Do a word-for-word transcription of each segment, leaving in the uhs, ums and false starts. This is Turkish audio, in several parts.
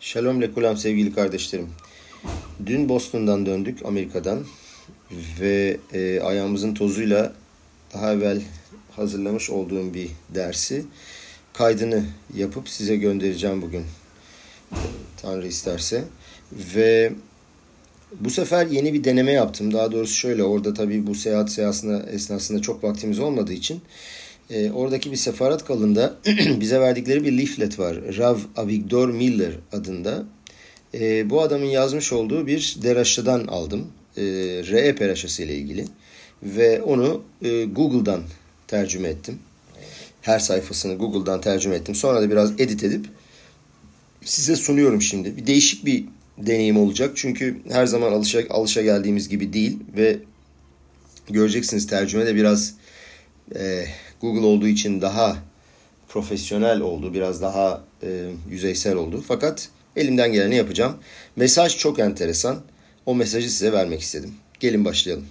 Shalom lekulam sevgili kardeşlerim. Dün Boston'dan döndük, Amerika'dan ve e, ayağımızın tozuyla daha evvel hazırlamış olduğum bir dersi kaydını yapıp size göndereceğim bugün, Tanrı isterse. Ve bu sefer yeni bir deneme yaptım. Daha doğrusu şöyle, orada tabii bu seyahat seyahasında esnasında çok vaktimiz olmadığı için e, oradaki bir sefaret kalında bize verdikleri bir leaflet var. Rav Avigdor Miller adında. E, bu adamın yazmış olduğu bir deraşadan aldım. E, Re'e peraşası ile ilgili. Ve onu e, Google'dan tercüme ettim. Her sayfasını Google'dan tercüme ettim. Sonra da biraz edit edip size sunuyorum şimdi. Bir değişik bir deneyim olacak. Çünkü her zaman alışa, alışa geldiğimiz gibi değil. Ve göreceksiniz, tercüme de biraz e, Google olduğu için daha profesyonel oldu. Biraz daha e, yüzeysel oldu. Fakat elimden geleni yapacağım. Mesaj çok enteresan. O mesajı size vermek istedim. Gelin başlayalım.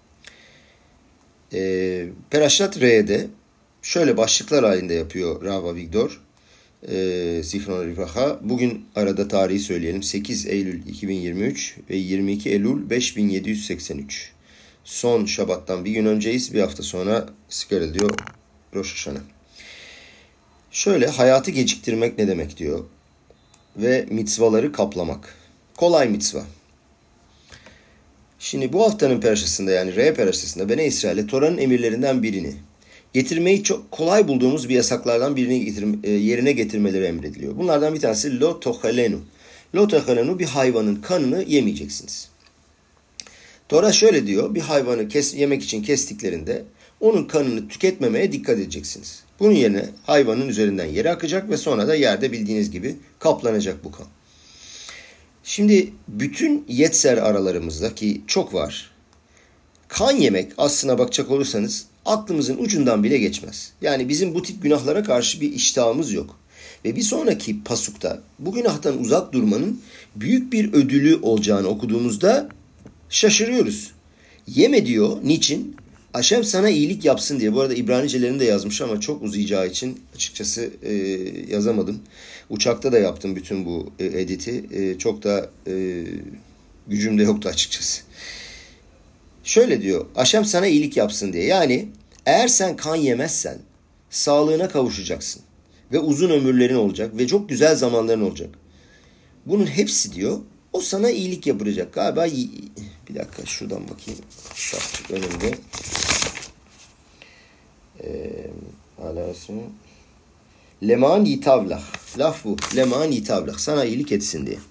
E, Perashat Re'de şöyle başlıklar halinde yapıyor Rav Avigdor. E, Zichron Rivaha. Bugün arada tarihi söyleyelim. sekiz Eylül iki bin yirmi üç ve yirmi iki Eylül beş bin yedi yüz seksen üç. Son Şabat'tan bir gün önceyiz. Bir hafta sonra sigara diyor Rosh Hashanah. Şöyle, hayatı geciktirmek ne demek diyor. Ve mitzvaları kaplamak. Kolay mitzva. Şimdi bu haftanın peraşasında, yani Re peraşasında Bene İsrail'e Tora'nın emirlerinden birini getirmeyi çok kolay bulduğumuz bir yasaklardan birini getir, yerine getirmeleri emrediliyor. Bunlardan bir tanesi lo tochelenu. Lo tochelenu, bir hayvanın kanını yemeyeceksiniz. Tora şöyle diyor, bir hayvanı kes, yemek için kestiklerinde onun kanını tüketmemeye dikkat edeceksiniz. Bunun yerine hayvanın üzerinden yere akacak ve sonra da yerde bildiğiniz gibi kaplanacak bu kan. Şimdi bütün yetser aralarımızda ki çok var, kan yemek aslına bakacak olursanız aklımızın ucundan bile geçmez. Yani bizim bu tip günahlara karşı bir iştahımız yok. Ve bir sonraki pasukta bu günahtan uzak durmanın büyük bir ödülü olacağını okuduğumuzda şaşırıyoruz. Yeme diyor. Niçin? Haşem sana iyilik yapsın diye. Bu arada İbranicelerini de yazmış ama çok uzayacağı için açıkçası e, yazamadım. Uçakta da yaptım bütün bu e, editi. E, çok da e, gücüm de yoktu açıkçası. Şöyle diyor. Haşem sana iyilik yapsın diye. Yani eğer sen kan yemezsen sağlığına kavuşacaksın. Ve uzun ömürlerin olacak. Ve çok güzel zamanların olacak. Bunun hepsi diyor, o sana iyilik yapacak. Galiba bir dakika şuradan bakayım. Şapçık önümde. Ee, Leman yitavlah. Laf bu. Leman yitavlah. Sana iyilik etsin diye.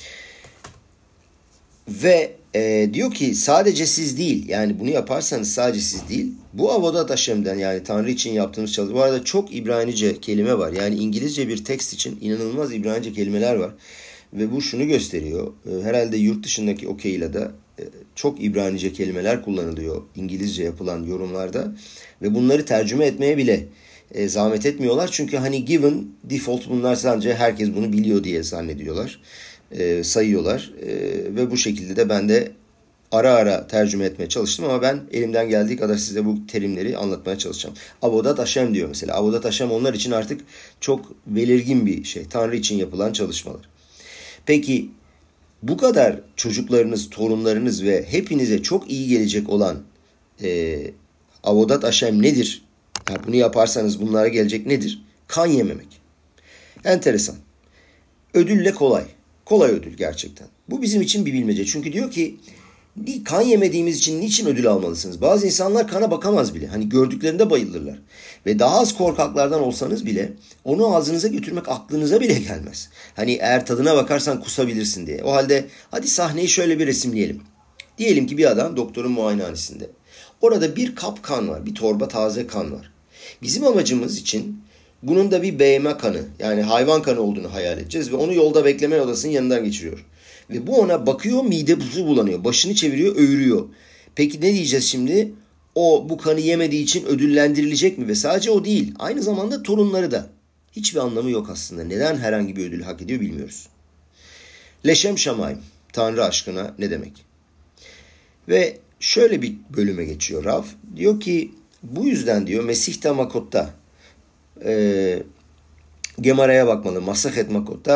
Ve e, diyor ki sadece siz değil, yani bunu yaparsanız sadece siz değil, bu avodat Haşem'den, yani Tanrı için yaptığımız çalışma. Bu arada çok İbranice kelime var. Yani İngilizce bir tekst için inanılmaz İbranice kelimeler var. Ve bu şunu gösteriyor. Herhalde yurt dışındaki OKEY'la çok İbranice kelimeler kullanılıyor İngilizce yapılan yorumlarda. Ve bunları tercüme etmeye bile e, zahmet etmiyorlar. Çünkü hani given, default, bunlar sadece herkes bunu biliyor diye zannediyorlar. E, sayıyorlar. E, ve bu şekilde de ben de ara ara tercüme etmeye çalıştım. Ama ben elimden geldiği kadar size bu terimleri anlatmaya çalışacağım. Avodat Haşem diyor mesela. Avodat Haşem onlar için artık çok belirgin bir şey. Tanrı için yapılan çalışmalar. Peki bu kadar çocuklarınız, torunlarınız ve hepinize çok iyi gelecek olan e, avodat Haşem nedir? Yani bunu yaparsanız bunlara gelecek nedir? Kan yememek. Enteresan. Ödülle kolay. Kolay ödül gerçekten. Bu bizim için bir bilmece. Çünkü diyor ki kan yemediğimiz için niçin ödül almalısınız? Bazı insanlar kana bakamaz bile. Hani gördüklerinde bayılırlar. Ve daha az korkaklardan olsanız bile onu ağzınıza götürmek aklınıza bile gelmez. Hani eğer tadına bakarsan kusabilirsin diye. O halde hadi sahneyi şöyle bir resimleyelim. Diyelim ki bir adam doktorun muayenehanesinde. Orada bir kap kan var. Bir torba taze kan var. Bizim amacımız için bunun da bir beheme kanı, yani hayvan kanı olduğunu hayal edeceğiz. Ve onu yolda bekleme odasının yanından geçiriyor. Ve bu ona bakıyor, mide buzu bulanıyor. Başını çeviriyor, öğürüyor. Peki ne diyeceğiz şimdi? O bu kanı yemediği için ödüllendirilecek mi? Ve sadece o değil. Aynı zamanda torunları da. Hiçbir anlamı yok aslında. Neden herhangi bir ödül hak ediyor bilmiyoruz. Leşem şamayim. Tanrı aşkına ne demek? Ve şöyle bir bölüme geçiyor Rav. Diyor ki bu yüzden diyor Mesihta Makot'ta e, Gemara'ya bakmalı. Masahet Makot'ta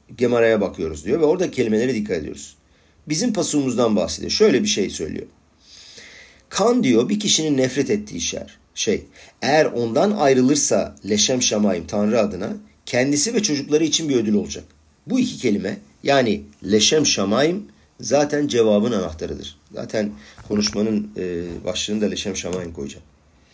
Gemara'ya bakıyoruz diyor ve orada kelimelere dikkat ediyoruz. Bizim pasumuzdan bahsediyor. Şöyle bir şey söylüyor. Kan diyor bir kişinin nefret ettiği şey. Şey, eğer ondan ayrılırsa Leşem Şamayim Tanrı adına kendisi ve çocukları için bir ödül olacak. Bu iki kelime yani Leşem Şamayim zaten cevabın anahtarıdır. Zaten konuşmanın e, başlığını da Leşem Şamayim koyacağım.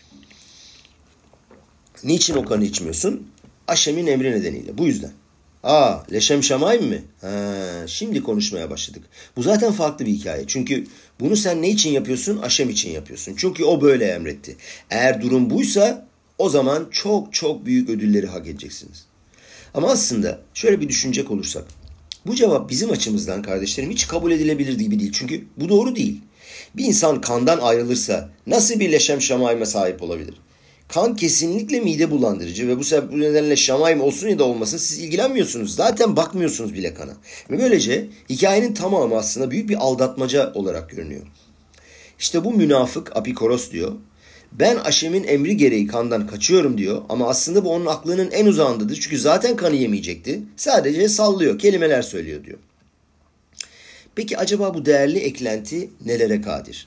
Niçin o kanı içmiyorsun? Aşem'in emri nedeniyle. Bu yüzden. Aa, Leşem Şamayim mi? Ha, şimdi konuşmaya başladık. Bu zaten farklı bir hikaye. Çünkü bunu sen ne için yapıyorsun? Aşem için yapıyorsun. Çünkü o böyle emretti. Eğer durum buysa o zaman çok çok büyük ödülleri hak edeceksiniz. Ama aslında şöyle bir düşünecek olursak. Bu cevap bizim açımızdan kardeşlerim hiç kabul edilebilir gibi değil. Çünkü bu doğru değil. Bir insan kandan ayrılırsa nasıl bir Leşem Şamayim'e sahip olabilir? Kan kesinlikle mide bulandırıcı ve bu sebep bu nedenle şamayim olsun ya da olmasın siz ilgilenmiyorsunuz. Zaten bakmıyorsunuz bile kana. Ve böylece hikayenin tamamı aslında büyük bir aldatmaca olarak görünüyor. İşte bu münafık Apikoros diyor. Ben Aşem'in emri gereği kandan kaçıyorum diyor ama aslında bu onun aklının en uzağındadır. Çünkü zaten kanı yemeyecekti. Sadece sallıyor, kelimeler söylüyor diyor. Peki acaba bu değerli eklenti nelere kadir?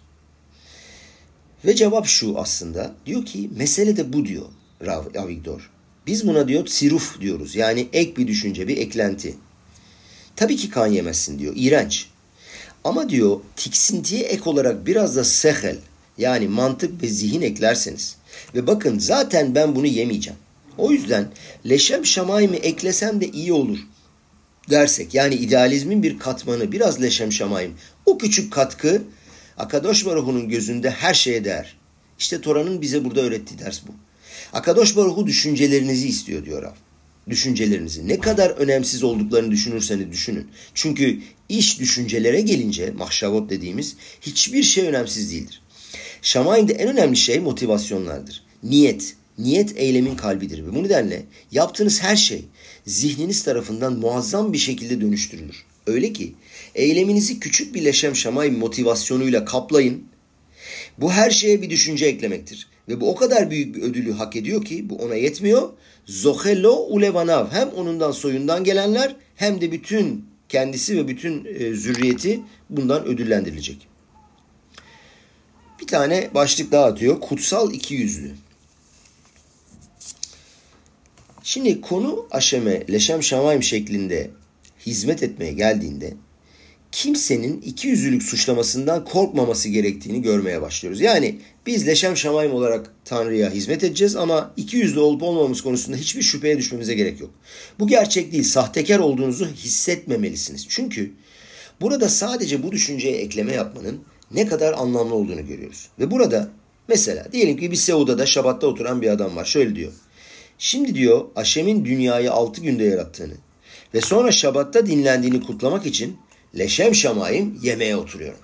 Ve cevap şu aslında. Diyor ki mesele de bu diyor Rav Avigdor. Biz buna diyor siruf diyoruz. Yani ek bir düşünce, bir eklenti. Tabii ki kan yemezsin diyor. İğrenç. Ama diyor tiksintiye ek olarak biraz da sehel yani mantık ve zihin eklerseniz ve bakın zaten ben bunu yemeyeceğim. O yüzden Leşem Şamayim'i eklesem de iyi olur dersek yani idealizmin bir katmanı biraz Leşem Şamayim o küçük katkı Akadosh Baruhu'nun gözünde her şeye değer. İşte Tora'nın bize burada öğrettiği ders bu. Akadosh Baruhu düşüncelerinizi istiyor diyor Rav. Düşüncelerinizi. Ne kadar önemsiz olduklarını düşünürseniz düşünün. Çünkü iş düşüncelere gelince, mahşavot dediğimiz hiçbir şey önemsiz değildir. Şamayim'de en önemli şey motivasyonlardır. Niyet. Niyet eylemin kalbidir. Ve bu nedenle yaptığınız her şey zihniniz tarafından muazzam bir şekilde dönüştürülür. Öyle ki eyleminizi küçük bir Leşem Şamayim motivasyonuyla kaplayın. Bu her şeye bir düşünce eklemektir. Ve bu o kadar büyük bir ödülü hak ediyor ki bu ona yetmiyor. Zohelo ulevanav hem onundan soyundan gelenler hem de bütün kendisi ve bütün e, zürriyeti bundan ödüllendirilecek. Bir tane başlık daha atıyor. Kutsal ikiyüzlü. Şimdi konu Aşem'e Leşem Şamayim şeklinde hizmet etmeye geldiğinde kimsenin ikiyüzlülük suçlamasından korkmaması gerektiğini görmeye başlıyoruz. Yani biz Leşem Şamayim olarak Tanrı'ya hizmet edeceğiz ama ikiyüzlü olup olmamamız konusunda hiçbir şüpheye düşmemize gerek yok. Bu gerçek değil. Sahtekar olduğunuzu hissetmemelisiniz. Çünkü burada sadece bu düşünceye ekleme yapmanın ne kadar anlamlı olduğunu görüyoruz. Ve burada mesela diyelim ki bir Seuda'da Şabat'ta oturan bir adam var. Şöyle diyor. Şimdi diyor Aşem'in dünyayı altı günde yarattığını ve sonra Şabat'ta dinlendiğini kutlamak için Leşem Şamayim yemeğe oturuyorum.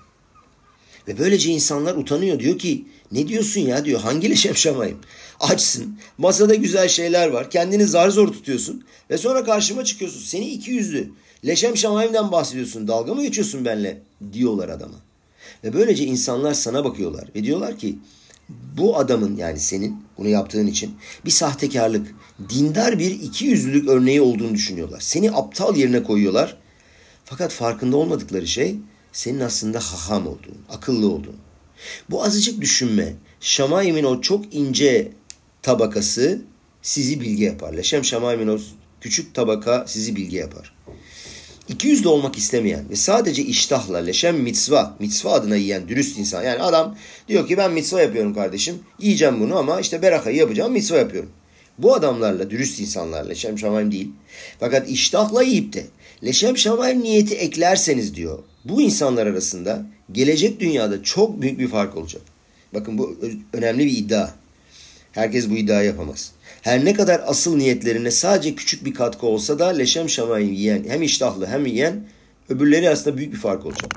Ve böylece insanlar utanıyor. Diyor ki ne diyorsun ya diyor. Hangi Leşem Şamayim? Açsın. Masada güzel şeyler var. Kendini zar zor tutuyorsun. Ve sonra karşıma çıkıyorsun. Seni iki yüzlü. Leşem Şamayim'den bahsediyorsun. Dalga mı geçiyorsun benimle? Diyorlar adama. Ve böylece insanlar sana bakıyorlar. Ve diyorlar ki bu adamın yani senin bunu yaptığın için bir sahtekarlık, dindar bir ikiyüzlülük örneği olduğunu düşünüyorlar. Seni aptal yerine koyuyorlar. Fakat farkında olmadıkları şey senin aslında haham olduğun, akıllı olduğun. Bu azıcık düşünme, Şamayim'in o çok ince tabakası sizi bilge yapar. Leşem Şamayim'in o küçük tabaka sizi bilge yapar. İkiyüzlü olmak istemeyen ve sadece iştahla Leşem mitzva, mitzva adına yiyen dürüst insan. Yani adam diyor ki ben mitzva yapıyorum kardeşim, yiyeceğim bunu ama işte berakayı yapacağım, mitzva yapıyorum. Bu adamlarla, dürüst insanlarla, Leşem Şamayim değil. Fakat iştahla yiyip de Leşem Şamayim niyeti eklerseniz diyor, bu insanlar arasında gelecek dünyada çok büyük bir fark olacak. Bakın bu önemli bir iddia. Herkes bu iddiayı yapamaz. Her ne kadar asıl niyetlerine sadece küçük bir katkı olsa da Leşem Şamayim yiyen, hem iştahlı hem yiyen öbürleri arasında büyük bir fark olacak.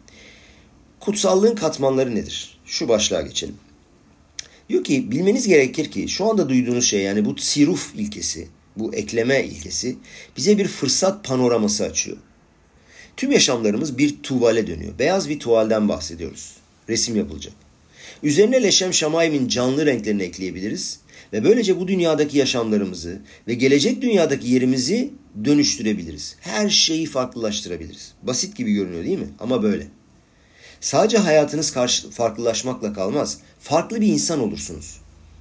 Kutsallığın katmanları nedir? Şu başlığa geçelim. Diyor ki bilmeniz gerekir ki şu anda duyduğunuz şey yani bu siruf ilkesi, bu ekleme ilkesi bize bir fırsat panoraması açıyor. Tüm yaşamlarımız bir tuvale dönüyor. Beyaz bir tuvalden bahsediyoruz. Resim yapılacak. Üzerine Leşem Şamayim'in canlı renklerini ekleyebiliriz Ve böylece bu dünyadaki yaşamlarımızı ve gelecek dünyadaki yerimizi dönüştürebiliriz. Her şeyi farklılaştırabiliriz. Basit gibi görünüyor değil mi? Ama böyle. Sadece hayatınız karşı, farklılaşmakla kalmaz. Farklı bir insan olursunuz.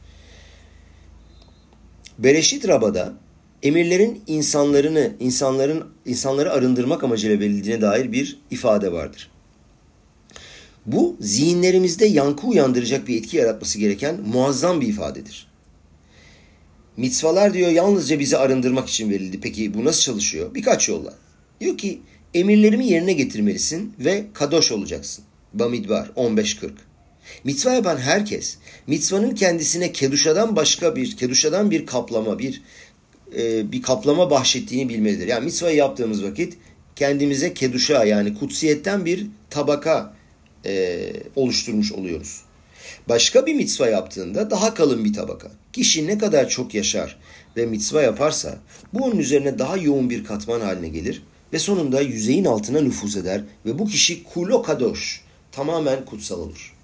Bereşit Raba'da emirlerin insanlarını, insanların insanları arındırmak amacıyla verildiğine dair bir ifade vardır. Bu zihinlerimizde yankı uyandıracak bir etki yaratması gereken muazzam bir ifadedir. Mitzvalar diyor yalnızca bizi arındırmak için verildi. Peki bu nasıl çalışıyor? Birkaç yolla. Diyor ki emirlerimi yerine getirmelisin ve kadoş olacaksın. Bamidbar on beş kırk. Mitzva yapan herkes mitzvanın kendisine keduşadan başka bir keduşadan bir kaplama bir e, bir kaplama bahşettiğini bilmelidir. Yani mitzvayı yaptığımız vakit kendimize keduşa yani kutsiyetten bir tabaka e, oluşturmuş oluyoruz. Başka bir mitzva yaptığında daha kalın bir tabaka. Kişi ne kadar çok yaşar ve mitzva yaparsa bu onun üzerine daha yoğun bir katman haline gelir ve sonunda yüzeyin altına nüfuz eder ve bu kişi kulo kadosh, tamamen kutsal olur.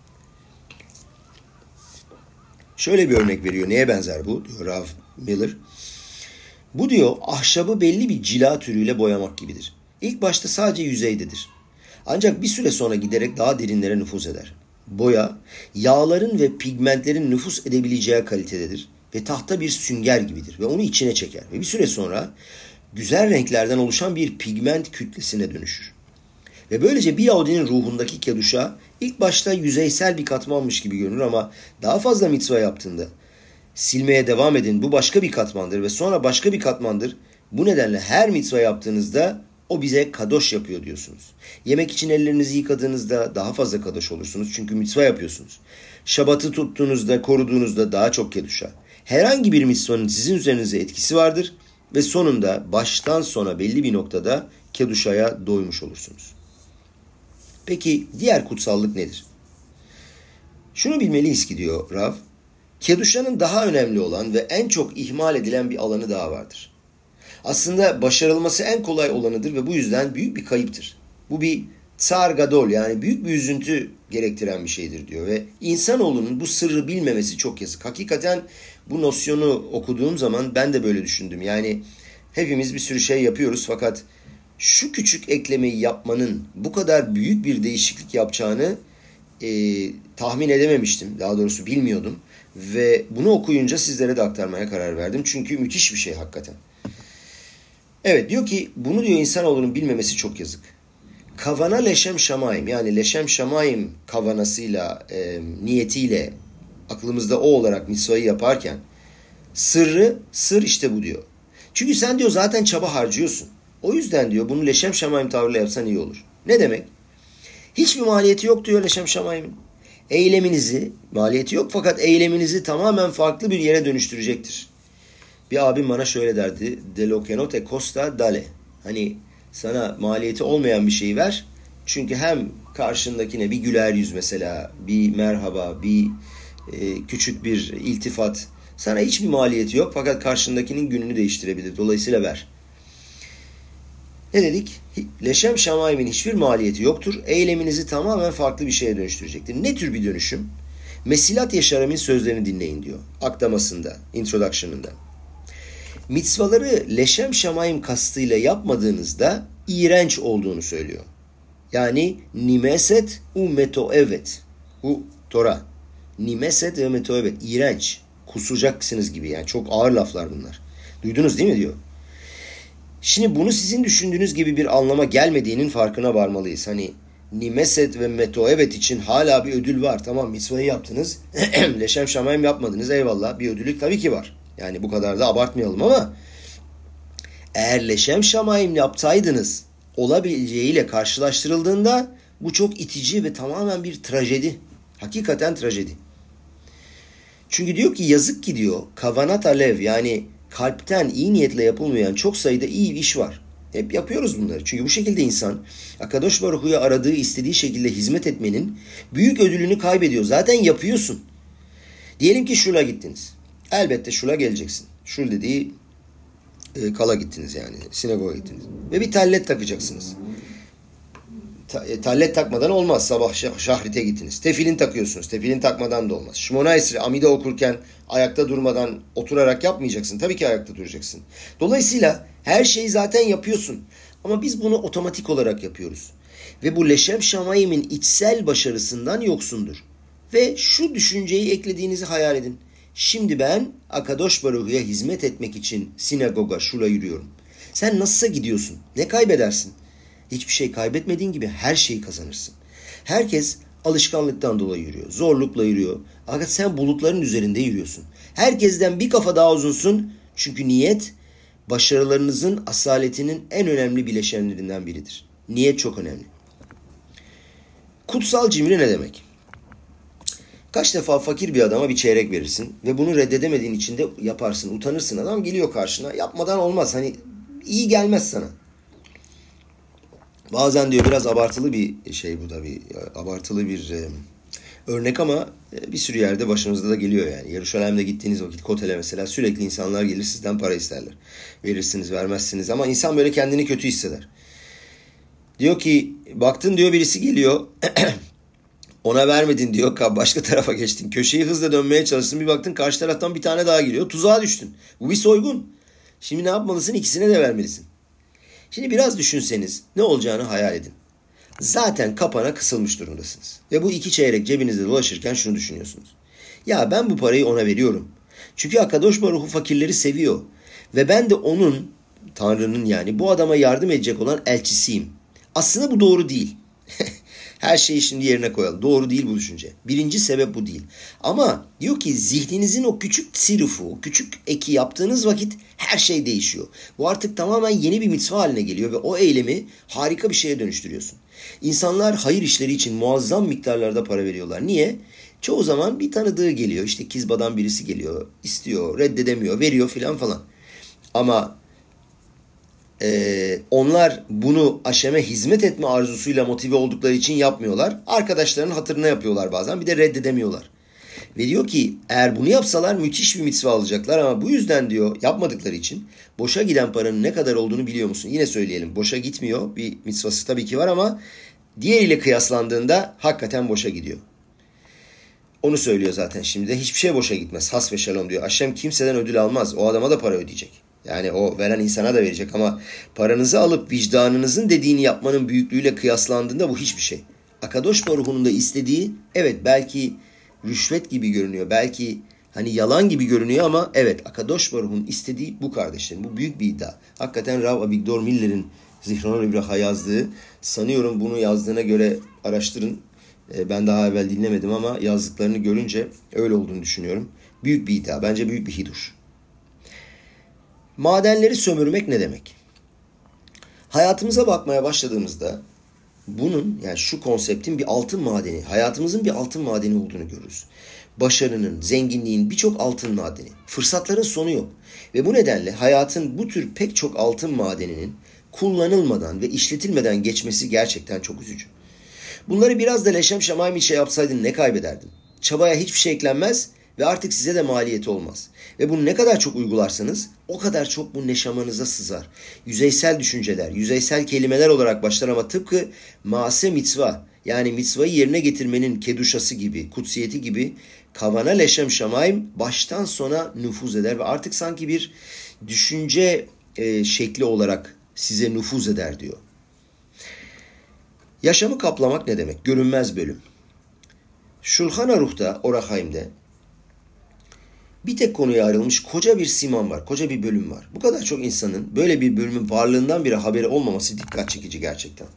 Şöyle bir örnek veriyor. Neye benzer bu? Diyor Rav Miller. Bu diyor ahşabı belli bir cila türüyle boyamak gibidir. İlk başta sadece yüzeydedir. Ancak bir süre sonra giderek daha derinlere nüfuz eder. Boya, yağların ve pigmentlerin nüfuz edebileceği kalitededir ve tahta bir sünger gibidir ve onu içine çeker. Ve bir süre sonra güzel renklerden oluşan bir pigment kütlesine dönüşür. Ve böylece bir Yahudinin ruhundaki keduşa ilk başta yüzeysel bir katmanmış gibi görünür ama daha fazla mitzva yaptığında silmeye devam edin. Bu başka bir katmandır ve sonra başka bir katmandır. Bu nedenle her mitzva yaptığınızda o bize kadoş yapıyor diyorsunuz. Yemek için ellerinizi yıkadığınızda daha fazla kadoş olursunuz çünkü mitzva yapıyorsunuz. Şabatı tuttuğunuzda, koruduğunuzda daha çok keduşa. Herhangi bir mitzvanın sizin üzerinize etkisi vardır ve sonunda baştan sona belli bir noktada keduşaya doymuş olursunuz. Peki diğer kutsallık nedir? Şunu bilmeliyiz ki diyor Rav, keduşanın daha önemli olan ve en çok ihmal edilen bir alanı daha vardır. Aslında başarılması en kolay olanıdır ve bu yüzden büyük bir kayıptır. Bu bir tsar gadol yani büyük bir üzüntü gerektiren bir şeydir diyor ve insanoğlunun bu sırrı bilmemesi çok yazık. Hakikaten bu nosyonu okuduğum zaman ben de böyle düşündüm. Yani hepimiz bir sürü şey yapıyoruz fakat şu küçük eklemeyi yapmanın bu kadar büyük bir değişiklik yapacağını e, tahmin edememiştim. Daha doğrusu bilmiyordum ve bunu okuyunca sizlere de aktarmaya karar verdim. Çünkü müthiş bir şey hakikaten. Evet diyor ki bunu diyor insanoğlunun bilmemesi çok yazık. Kavana leşem şamayim yani leşem şamayim kavanasıyla, e, niyetiyle aklımızda o olarak mitzvayı yaparken sırrı, sır işte bu diyor. Çünkü sen diyor zaten çaba harcıyorsun. O yüzden diyor bunu leşem şamayim tavrıyla yapsan iyi olur. Ne demek? Hiçbir maliyeti yok diyor leşem şamayim. Eyleminizi, maliyeti yok fakat eyleminizi tamamen farklı bir yere dönüştürecektir. Bir abim bana şöyle derdi. De lo que no te costa dale. Hani sana maliyeti olmayan bir şeyi ver. Çünkü hem karşındakine bir güler yüz mesela, bir merhaba, bir e, küçük bir iltifat. Sana hiçbir maliyeti yok fakat karşındakinin gününü değiştirebilir. Dolayısıyla ver. Ne dedik? Leşem şamayim'in hiçbir maliyeti yoktur. Eyleminizi tamamen farklı bir şeye dönüştürecektir. Ne tür bir dönüşüm? Mesilat Yeşaram'ın sözlerini dinleyin diyor. Aktamasında, introduction'ında. Mitzvaları leşem şamayim kastıyla yapmadığınızda iğrenç olduğunu söylüyor. Yani nimeset u metoevet. Bu Tora. Nimeset ve metoevet. İğrenç. Kusacaksınız gibi. Yani çok ağır laflar bunlar. Duydunuz değil mi diyor. Şimdi bunu sizin düşündüğünüz gibi bir anlama gelmediğinin farkına varmalıyız. Hani nimeset ve metoevet için hala bir ödül var. Tamam mitzvayı yaptınız. Leşem şamayim yapmadınız. Eyvallah. Bir ödülük tabii ki var. Yani bu kadar da abartmayalım ama eğer leşem şamayim yapsaydınız olabileceğiyle karşılaştırıldığında bu çok itici ve tamamen bir trajedi. Hakikaten trajedi. Çünkü diyor ki yazık ki diyor kavanat alev yani kalpten iyi niyetle yapılmayan çok sayıda iyi iş var. Hep yapıyoruz bunları. Çünkü bu şekilde insan Akadosh Baruch Hu'ya aradığı, istediği şekilde hizmet etmenin büyük ödülünü kaybediyor. Zaten yapıyorsun. Diyelim ki Şul'a gittiniz. Elbette Şul'a geleceksin. Şul dediği e, kala gittiniz yani. Sinagoga gittiniz. Ve bir tallet takacaksınız. Ta, e, tallet takmadan olmaz. Sabah şah, şahrite gittiniz. Tefilin takıyorsunuz. Tefilin takmadan da olmaz. Şmona Esri, Amide okurken ayakta durmadan, oturarak yapmayacaksın. Tabii ki ayakta duracaksın. Dolayısıyla her şeyi zaten yapıyorsun. Ama biz bunu otomatik olarak yapıyoruz. Ve bu Leşem Şamayim'in içsel başarısından yoksundur. Ve şu düşünceyi eklediğinizi hayal edin. Şimdi ben Akadosh Baruhu'ya hizmet etmek için sinagoga, şura yürüyorum. Sen nasılsa gidiyorsun. Ne kaybedersin? Hiçbir şey kaybetmediğin gibi her şeyi kazanırsın. Herkes alışkanlıktan dolayı yürüyor. Zorlukla yürüyor. Fakat sen bulutların üzerinde yürüyorsun. Herkesten bir kafa daha uzunsun. Çünkü niyet başarılarınızın asaletinin en önemli bileşenlerinden biridir. Niyet çok önemli. Kutsal cimri ne demek? Kaç defa fakir bir adama bir çeyrek verirsin ve bunu reddedemediğin için de yaparsın. Utanırsın, adam geliyor karşına. Yapmadan olmaz. Hani iyi gelmez sana. Bazen diyor biraz abartılı bir şey bu da bir abartılı bir e, örnek ama e, bir sürü yerde başımızda da geliyor yani. Yeruşalim'de gittiğiniz vakit Kotel'e mesela sürekli insanlar gelir sizden para isterler. Verirsiniz, vermezsiniz ama insan böyle kendini kötü hisseder. Diyor ki baktın diyor birisi geliyor ona vermedin diyor başka tarafa geçtin. Köşeyi hızla dönmeye çalıştın bir baktın karşı taraftan bir tane daha geliyor. Tuzağa düştün. Bu bir soygun. Şimdi ne yapmalısın? İkisine de vermelisin. Şimdi biraz düşünseniz ne olacağını hayal edin. Zaten kapana kısılmış durumdasınız. Ve bu iki çeyrek cebinizde dolaşırken şunu düşünüyorsunuz. Ya ben bu parayı ona veriyorum. Çünkü Akadosh Baruhu fakirleri seviyor. Ve ben de onun, Tanrı'nın yani bu adama yardım edecek olan elçisiyim. Aslında bu doğru değil. Her şeyi şimdi yerine koyalım. Doğru değil bu düşünce. Birinci sebep bu değil. Ama diyor ki zihninizin o küçük sirrufu, o küçük eki yaptığınız vakit her şey değişiyor. Bu artık tamamen yeni bir mitzva haline geliyor ve o eylemi harika bir şeye dönüştürüyorsun. İnsanlar hayır işleri için muazzam miktarlarda para veriyorlar. Niye? Çoğu zaman bir tanıdığı geliyor. İşte Kizba'dan birisi geliyor, istiyor, reddedemiyor, veriyor filan falan. Ama Ee, onlar bunu Haşem'e hizmet etme arzusuyla motive oldukları için yapmıyorlar. Arkadaşlarının hatırına yapıyorlar bazen. Bir de reddedemiyorlar. Ve diyor ki eğer bunu yapsalar müthiş bir mitzva alacaklar ama bu yüzden diyor yapmadıkları için boşa giden paranın ne kadar olduğunu biliyor musun? Yine söyleyelim boşa gitmiyor. Bir mitzvası tabii ki var ama diğeriyle kıyaslandığında hakikaten boşa gidiyor. Onu söylüyor zaten şimdi de hiçbir şey boşa gitmez. Has ve şalom diyor. Haşem kimseden ödül almaz. O adama da para ödeyecek. Yani o veren insana da verecek ama paranızı alıp vicdanınızın dediğini yapmanın büyüklüğüyle kıyaslandığında bu hiçbir şey. Akadosh Baruhu'nun da istediği evet belki rüşvet gibi görünüyor. Belki hani yalan gibi görünüyor ama evet Akadosh Baruhu'nun istediği bu kardeşlerim. Bu büyük bir iddia. Hakikaten Rav Avigdor Miller'in Zichrono Libraha yazdığı sanıyorum bunu yazdığına göre araştırın. Ben daha evvel dinlemedim ama yazdıklarını görünce öyle olduğunu düşünüyorum. Büyük bir iddia. Bence büyük bir hiduş. Madenleri sömürmek ne demek? Hayatımıza bakmaya başladığımızda bunun yani şu konseptin bir altın madeni, hayatımızın bir altın madeni olduğunu görürüz. Başarının, zenginliğin birçok altın madeni, fırsatların sonu yok. Ve bu nedenle hayatın bu tür pek çok altın madeninin kullanılmadan ve işletilmeden geçmesi gerçekten çok üzücü. Bunları biraz da Leşem Şamayim içe yapsaydın ne kaybederdin? Çabaya hiçbir şey eklenmez ve artık size de maliyeti olmaz. Ve bunu ne kadar çok uygularsanız o kadar çok bu neşamanıza sızar. Yüzeysel düşünceler, yüzeysel kelimeler olarak başlar ama tıpkı maase mitzva yani mitzvayı yerine getirmenin keduşası gibi, kutsiyeti gibi kavana Leşem Şamayim baştan sona nüfuz eder ve artık sanki bir düşünce e, şekli olarak size nüfuz eder diyor. Yaşamı kaplamak ne demek? Görünmez bölüm. Şulhan Aruh'ta, Orach Chaim'de bir tek konuya ayrılmış koca bir siman var, koca bir bölüm var. Bu kadar çok insanın böyle bir bölümün varlığından bile haberi olmaması dikkat çekici gerçekten.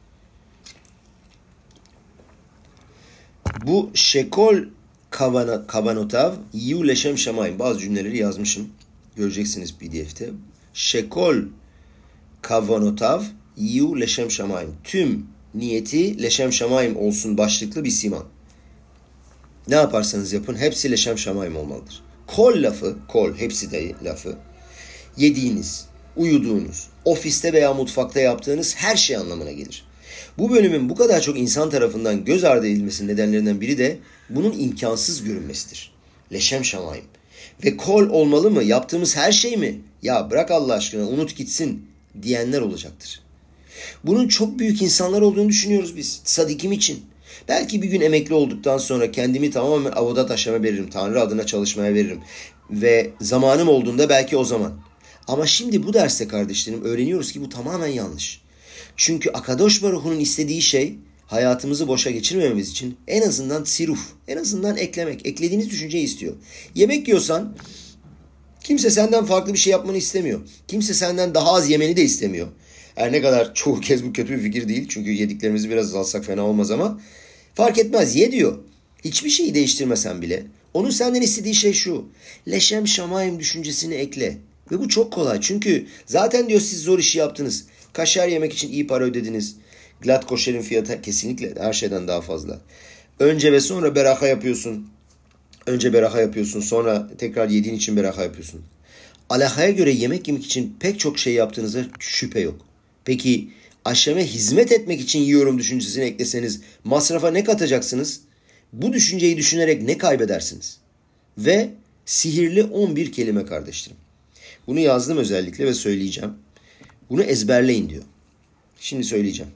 Bu Şekol Kavanotav Yiu Leşem Şamayim. Bazı cümleleri yazmışım. Göreceksiniz P D F'te. Şekol Kavanotav Yiu Leşem Şamayim. Tüm niyeti Leşem Şamayim olsun başlıklı bir siman. Ne yaparsanız yapın hepsi Leşem Şamayim olmalıdır. Kol lafı, kol hepsi de lafı. Yediğiniz, uyuduğunuz, ofiste veya mutfakta yaptığınız her şey anlamına gelir. Bu bölümün bu kadar çok insan tarafından göz ardı edilmesinin nedenlerinden biri de bunun imkansız görünmesidir. Leşem Şamayim. Ve kol olmalı mı? Yaptığımız her şey mi? Ya bırak Allah aşkına unut gitsin diyenler olacaktır. Bunun çok büyük insanlar olduğunu düşünüyoruz biz. Sadikim için. Belki bir gün emekli olduktan sonra kendimi tamamen avodat aşama veririm. Tanrı adına çalışmaya veririm. Ve zamanım olduğunda belki o zaman. Ama şimdi bu derste kardeşlerim öğreniyoruz ki bu tamamen yanlış. Çünkü Akadosh Baruhu'nun istediği şey hayatımızı boşa geçirmememiz için en azından siruf, en azından eklemek. Eklediğiniz düşünceyi istiyor. Yemek yiyorsan kimse senden farklı bir şey yapmanı istemiyor. Kimse senden daha az yemeni de istemiyor. Her ne kadar çoğu kez bu kötü bir fikir değil. Çünkü yediklerimizi biraz azaltsak fena olmaz ama fark etmez, ye diyor. Hiçbir şeyi değiştirmesen bile onun senden istediği şey şu: leşem şamayim düşüncesini ekle. Ve bu çok kolay çünkü zaten diyor siz zor işi yaptınız. Kaşar yemek için iyi para ödediniz. Glad koşerin fiyatı kesinlikle her şeyden daha fazla. Önce ve sonra beraha yapıyorsun. Önce beraha yapıyorsun, sonra tekrar yediğin için beraha yapıyorsun. Alahaya göre yemek yemek için pek çok şey yaptığınıza şüphe yok. Peki aşeme hizmet etmek için yiyorum düşüncesini ekleseniz masrafa ne katacaksınız? Bu düşünceyi düşünerek ne kaybedersiniz? Ve sihirli on bir kelime kardeşlerim. Bunu yazdım özellikle ve söyleyeceğim. Bunu ezberleyin diyor. Şimdi söyleyeceğim.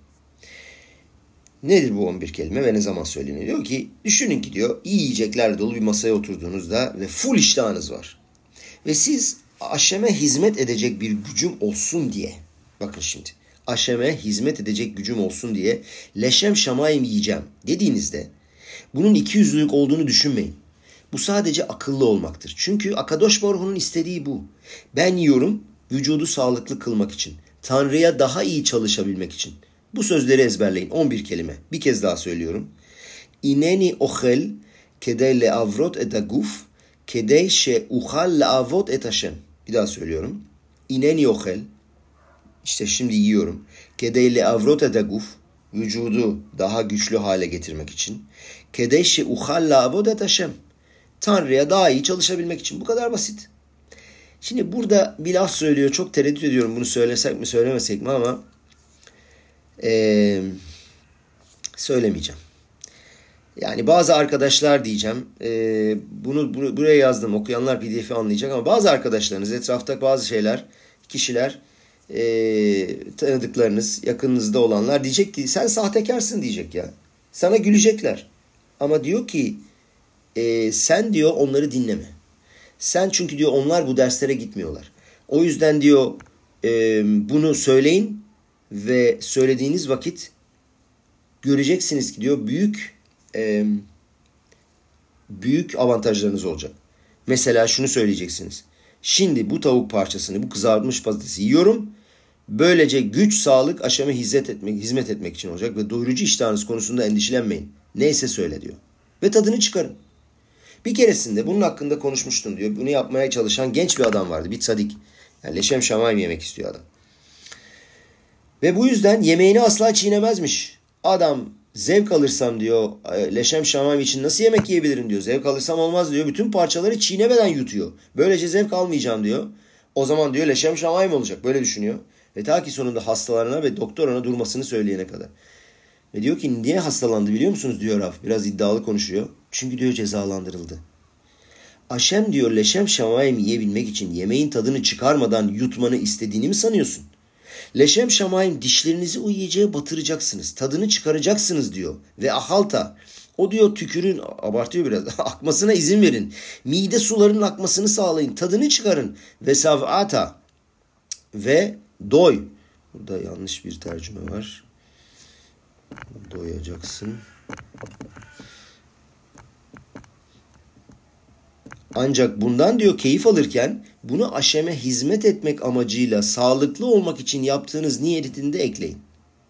Nedir bu on bir kelime ve ne zaman söyleniyor? Diyor ki düşünün ki diyor iyi yiyeceklerle dolu bir masaya oturduğunuzda ve full iştahınız var. Ve siz aşeme hizmet edecek bir gücüm olsun diye, bakın şimdi, aşeme hizmet edecek gücüm olsun diye leşem şamayim yiyeceğim dediğinizde bunun iki yüzlülük olduğunu düşünmeyin. Bu sadece akıllı olmaktır. Çünkü Akadosh Baruhu'nun istediği bu. Ben yiyorum vücudu sağlıklı kılmak için. Tanrı'ya daha iyi çalışabilmek için. Bu sözleri ezberleyin. on bir kelime. Bir kez daha söylüyorum. İneni ochel kedey leavrot et aguf kedey she'uchal leavot et Hashem. Bir daha söylüyorum. İneni ochel, işte şimdi yiyorum. Kedey leavrot et aguf, vücudu daha güçlü hale getirmek için. Kedey she'uchal leavot et Hashem. Tanrı'ya daha iyi çalışabilmek için. Bu kadar basit. Şimdi burada bir laf söylüyor. Çok tereddüt ediyorum bunu söylesek mi söylemesek mi ama Ee, söylemeyeceğim. Yani bazı arkadaşlar diyeceğim. E, bunu, bunu buraya yazdım. Okuyanlar P D F'i anlayacak ama bazı arkadaşlarınız, etrafta bazı şeyler, kişiler, e, tanıdıklarınız, yakınınızda olanlar diyecek ki sen sahtekarsın diyecek ya. Sana gülecekler. Ama diyor ki e, sen diyor onları dinleme. Sen çünkü diyor onlar bu derslere gitmiyorlar. O yüzden diyor e, bunu söyleyin. Ve söylediğiniz vakit göreceksiniz ki diyor büyük e, büyük avantajlarınız olacak. Mesela şunu söyleyeceksiniz. Şimdi bu tavuk parçasını, bu kızartmış patatesi yiyorum. Böylece güç, sağlık, aşama hizmet etmek, hizmet etmek için olacak ve doyurucu iştahınız konusunda endişelenmeyin. Neyse söyle diyor. Ve tadını çıkarın. Bir keresinde bunun hakkında konuşmuştum diyor. Bunu yapmaya çalışan genç bir adam vardı. Bir tzadik. Yani leşem şamayim yemek istiyor adam. Ve bu yüzden yemeğini asla çiğnemezmiş. Adam zevk alırsam diyor leşem şamayim için nasıl yemek yiyebilirim diyor. Zevk alırsam olmaz diyor. Bütün parçaları çiğnemeden yutuyor. Böylece zevk almayacağım diyor. O zaman diyor leşem şamayim olacak. Böyle düşünüyor. Ve ta ki sonunda hastalarına ve doktor ona durmasını söyleyene kadar. Ve diyor ki niye hastalandı biliyor musunuz diyor Raf. Biraz iddialı konuşuyor. Çünkü diyor cezalandırıldı. Aşem diyor leşem şamayim yiyebilmek için yemeğin tadını çıkarmadan yutmanı istediğini mi sanıyorsun? Leşem şamayim dişlerinizi o yiyeceğe batıracaksınız. Tadını çıkaracaksınız diyor. Ve ahalta. O diyor tükürün, abartıyor biraz, akmasına izin verin. Mide sularının akmasını sağlayın. Tadını çıkarın. Ve sav'ata. Ve doy. Burada yanlış bir tercüme var. Doyacaksın. Ancak bundan diyor keyif alırken bunu aşeme hizmet etmek amacıyla sağlıklı olmak için yaptığınız niyetini de ekleyin.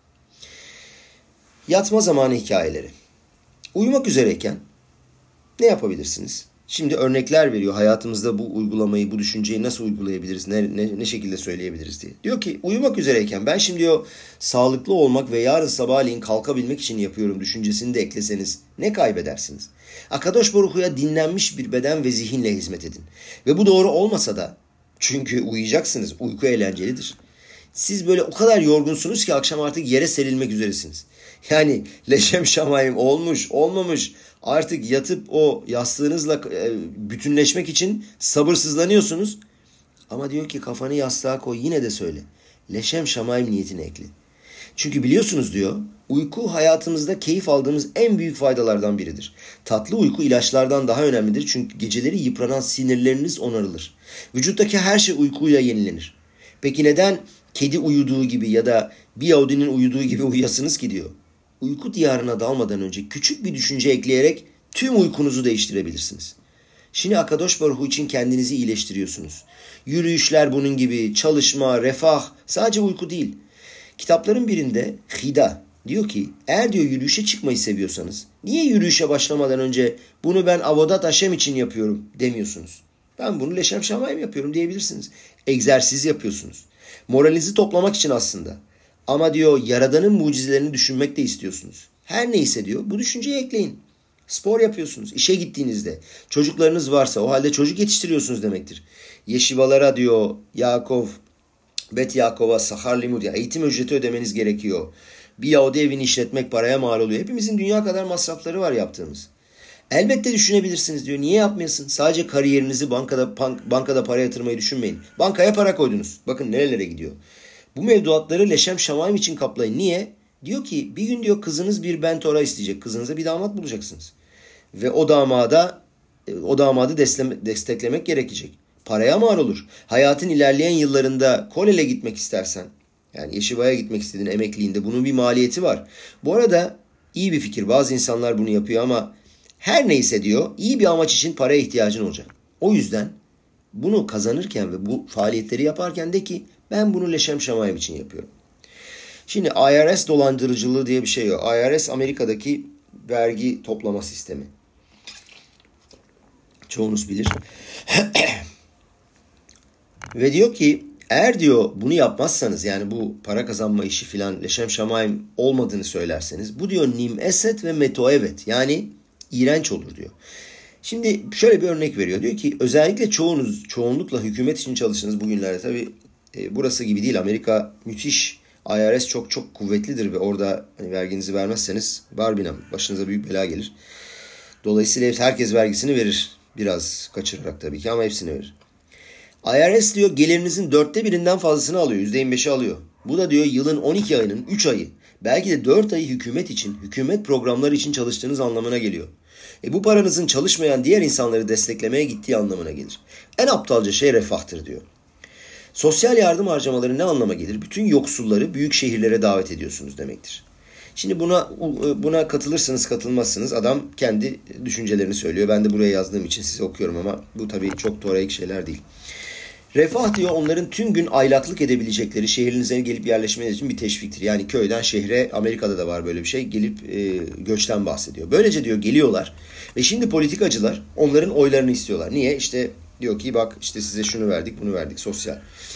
Yatma zamanı hikayeleri. Uyumak üzereyken ne yapabilirsiniz? Şimdi örnekler veriyor. Hayatımızda bu uygulamayı, bu düşünceyi nasıl uygulayabiliriz, ne, ne, ne şekilde söyleyebiliriz diye. Diyor ki uyumak üzereyken ben şimdi diyor sağlıklı olmak ve yarın sabahleyin kalkabilmek için yapıyorum düşüncesini de ekleseniz ne kaybedersiniz? Akadosh Baruhu'ya dinlenmiş bir beden ve zihinle hizmet edin. Ve bu doğru olmasa da çünkü uyuyacaksınız, uyku eğlencelidir. Siz böyle o kadar yorgunsunuz ki akşam artık yere serilmek üzeresiniz. Yani leşem şamayim olmuş, olmamış. Artık yatıp o yastığınızla bütünleşmek için sabırsızlanıyorsunuz. Ama diyor ki kafanı yastığa koy yine de söyle. Leşem şamayim niyetini ekle. Çünkü biliyorsunuz diyor, uyku hayatımızda keyif aldığımız en büyük faydalardan biridir. Tatlı uyku ilaçlardan daha önemlidir çünkü geceleri yıpranan sinirleriniz onarılır. Vücuttaki her şey uykuyla yenilenir. Peki neden kedi uyuduğu gibi ya da bir Yahudinin uyuduğu gibi uyuyasınız ki diyor. Uyku diyarına dalmadan önce küçük bir düşünce ekleyerek tüm uykunuzu değiştirebilirsiniz. Şimdi Akadosh Baruch Hu için kendinizi iyileştiriyorsunuz. Yürüyüşler bunun gibi, çalışma, refah, sadece uyku değil. Kitapların birinde Hida diyor ki eğer diyor yürüyüşe çıkmayı seviyorsanız niye yürüyüşe başlamadan önce bunu ben Avodat Hashem için yapıyorum demiyorsunuz. Ben bunu Leşem Şamayim yapıyorum diyebilirsiniz. Egzersiz yapıyorsunuz. Moralinizi toplamak için aslında. Ama diyor Yaradan'ın mucizelerini düşünmek de istiyorsunuz. Her neyse diyor bu düşünceyi ekleyin. Spor yapıyorsunuz. İşe gittiğinizde çocuklarınız varsa o halde çocuk yetiştiriyorsunuz demektir. Yeşivalara diyor Yakov, Bet Yakov'a sahar limud ya eğitim ücreti ödemeniz gerekiyor. Bir Yahudi evini işletmek paraya mal oluyor. Hepimizin dünya kadar masrafları var yaptığımız. Elbette düşünebilirsiniz diyor. Niye yapmıyorsun? Sadece kariyerinizi bankada bankada para yatırmayı düşünmeyin. Bankaya para koydunuz. Bakın nerelere gidiyor. Bu mevduatları Leşem Şamayim için kaplayın. Niye? Diyor ki bir gün diyor kızınız bir ben Tora isteyecek. Kızınıza bir damat bulacaksınız. Ve o damada o damadı desteklemek gerekecek. Paraya mal olur. Hayatın ilerleyen yıllarında kolele gitmek istersen, yani Yeşiva'ya gitmek istediğin emekliğinde bunun bir maliyeti var. Bu arada iyi bir fikir. Bazı insanlar bunu yapıyor ama her neyse diyor iyi bir amaç için paraya ihtiyacın olacak. O yüzden bunu kazanırken ve bu faaliyetleri yaparken de ki ben bunu Leşem Şamayim için yapıyorum. Şimdi I R S dolandırıcılığı diye bir şey yok. I R S Amerika'daki vergi toplama sistemi. Çoğunuz bilir. Ve diyor ki eğer diyor bunu yapmazsanız yani bu para kazanma işi filan Leşem Şamayim olmadığını söylerseniz bu diyor nim eset ve meto evet yani iğrenç olur diyor. Şimdi şöyle bir örnek veriyor. Diyor ki özellikle çoğunuz çoğunlukla hükümet için çalıştınız bugünlerde tabii e, burası gibi değil. Amerika müthiş I R S çok çok kuvvetlidir ve orada hani verginizi vermezseniz barbinam başınıza büyük bela gelir. Dolayısıyla herkes vergisini verir. Biraz kaçırarak tabii ki ama hepsini verir. I R S diyor gelirinizin dörtte birinden fazlasını alıyor. yüzde yirmi beşi alıyor. Bu da diyor yılın on iki ayının üç ayı belki de dört ayı hükümet için, hükümet programları için çalıştığınız anlamına geliyor. E bu paranızın çalışmayan diğer insanları desteklemeye gittiği anlamına gelir. En aptalca şey refahtır diyor. Sosyal yardım harcamaları ne anlama gelir? Bütün yoksulları büyük şehirlere davet ediyorsunuz demektir. Şimdi buna buna katılırsınız katılmazsınız. Adam kendi düşüncelerini söylüyor. Ben de buraya yazdığım için size okuyorum ama bu tabii çok toraik şeyler değil. Refah diyor onların tüm gün aylaklık edebilecekleri şehirinize gelip yerleşmeleri için bir teşviktir. Yani köyden şehre Amerika'da da var böyle bir şey gelip e, göçten bahsediyor. Böylece diyor geliyorlar ve şimdi politikacılar onların oylarını istiyorlar. Niye? İşte diyor ki bak işte size şunu verdik bunu verdik sosyal.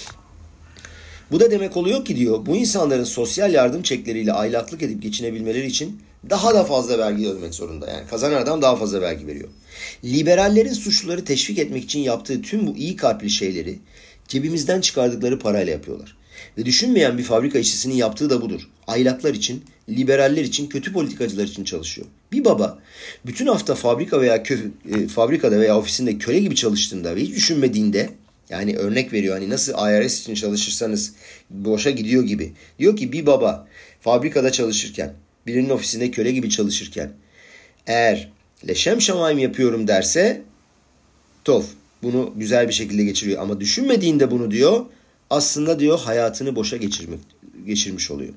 Bu da demek oluyor ki diyor bu insanların sosyal yardım çekleriyle aylaklık edip geçinebilmeleri için daha da fazla vergi ödemek zorunda. Yani kazanan adam daha fazla vergi veriyor. Liberallerin suçluları teşvik etmek için yaptığı tüm bu iyi kalpli şeyleri cebimizden çıkardıkları parayla yapıyorlar. Ve düşünmeyen bir fabrika işçisinin yaptığı da budur. Aylaklar için, liberaller için, kötü politikacılar için çalışıyor. Bir baba bütün hafta fabrika veya kö- e, fabrikada veya ofisinde köle gibi çalıştığında ve hiç düşünmediğinde yani örnek veriyor hani nasıl I R S için çalışırsanız boşa gidiyor gibi. Diyor ki bir baba fabrikada çalışırken, birinin ofisinde köle gibi çalışırken eğer Leşem Şamayim yapıyorum derse tof bunu güzel bir şekilde geçiriyor. Ama düşünmediğinde bunu diyor aslında diyor hayatını boşa geçirmek, geçirmiş oluyor.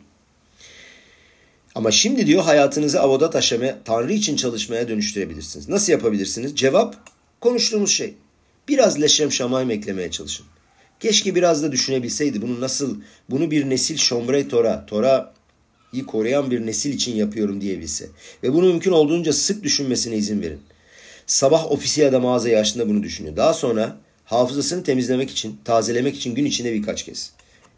Ama şimdi diyor hayatınızı Avodat Haşem'e Tanrı için çalışmaya dönüştürebilirsiniz. Nasıl yapabilirsiniz? Cevap konuştuğumuz şey. Biraz Leşem Şamayim eklemeye çalışın. Keşke biraz da düşünebilseydi bunu nasıl, bunu bir nesil Şomrei Tora, Tora'yı koruyan bir nesil için yapıyorum diyebilse. Ve bunu mümkün olduğunca sık düşünmesine izin verin. Sabah ofisi ya da mağazayı açtığında bunu düşünüyor. Daha sonra hafızasını temizlemek için, tazelemek için gün içinde birkaç kez.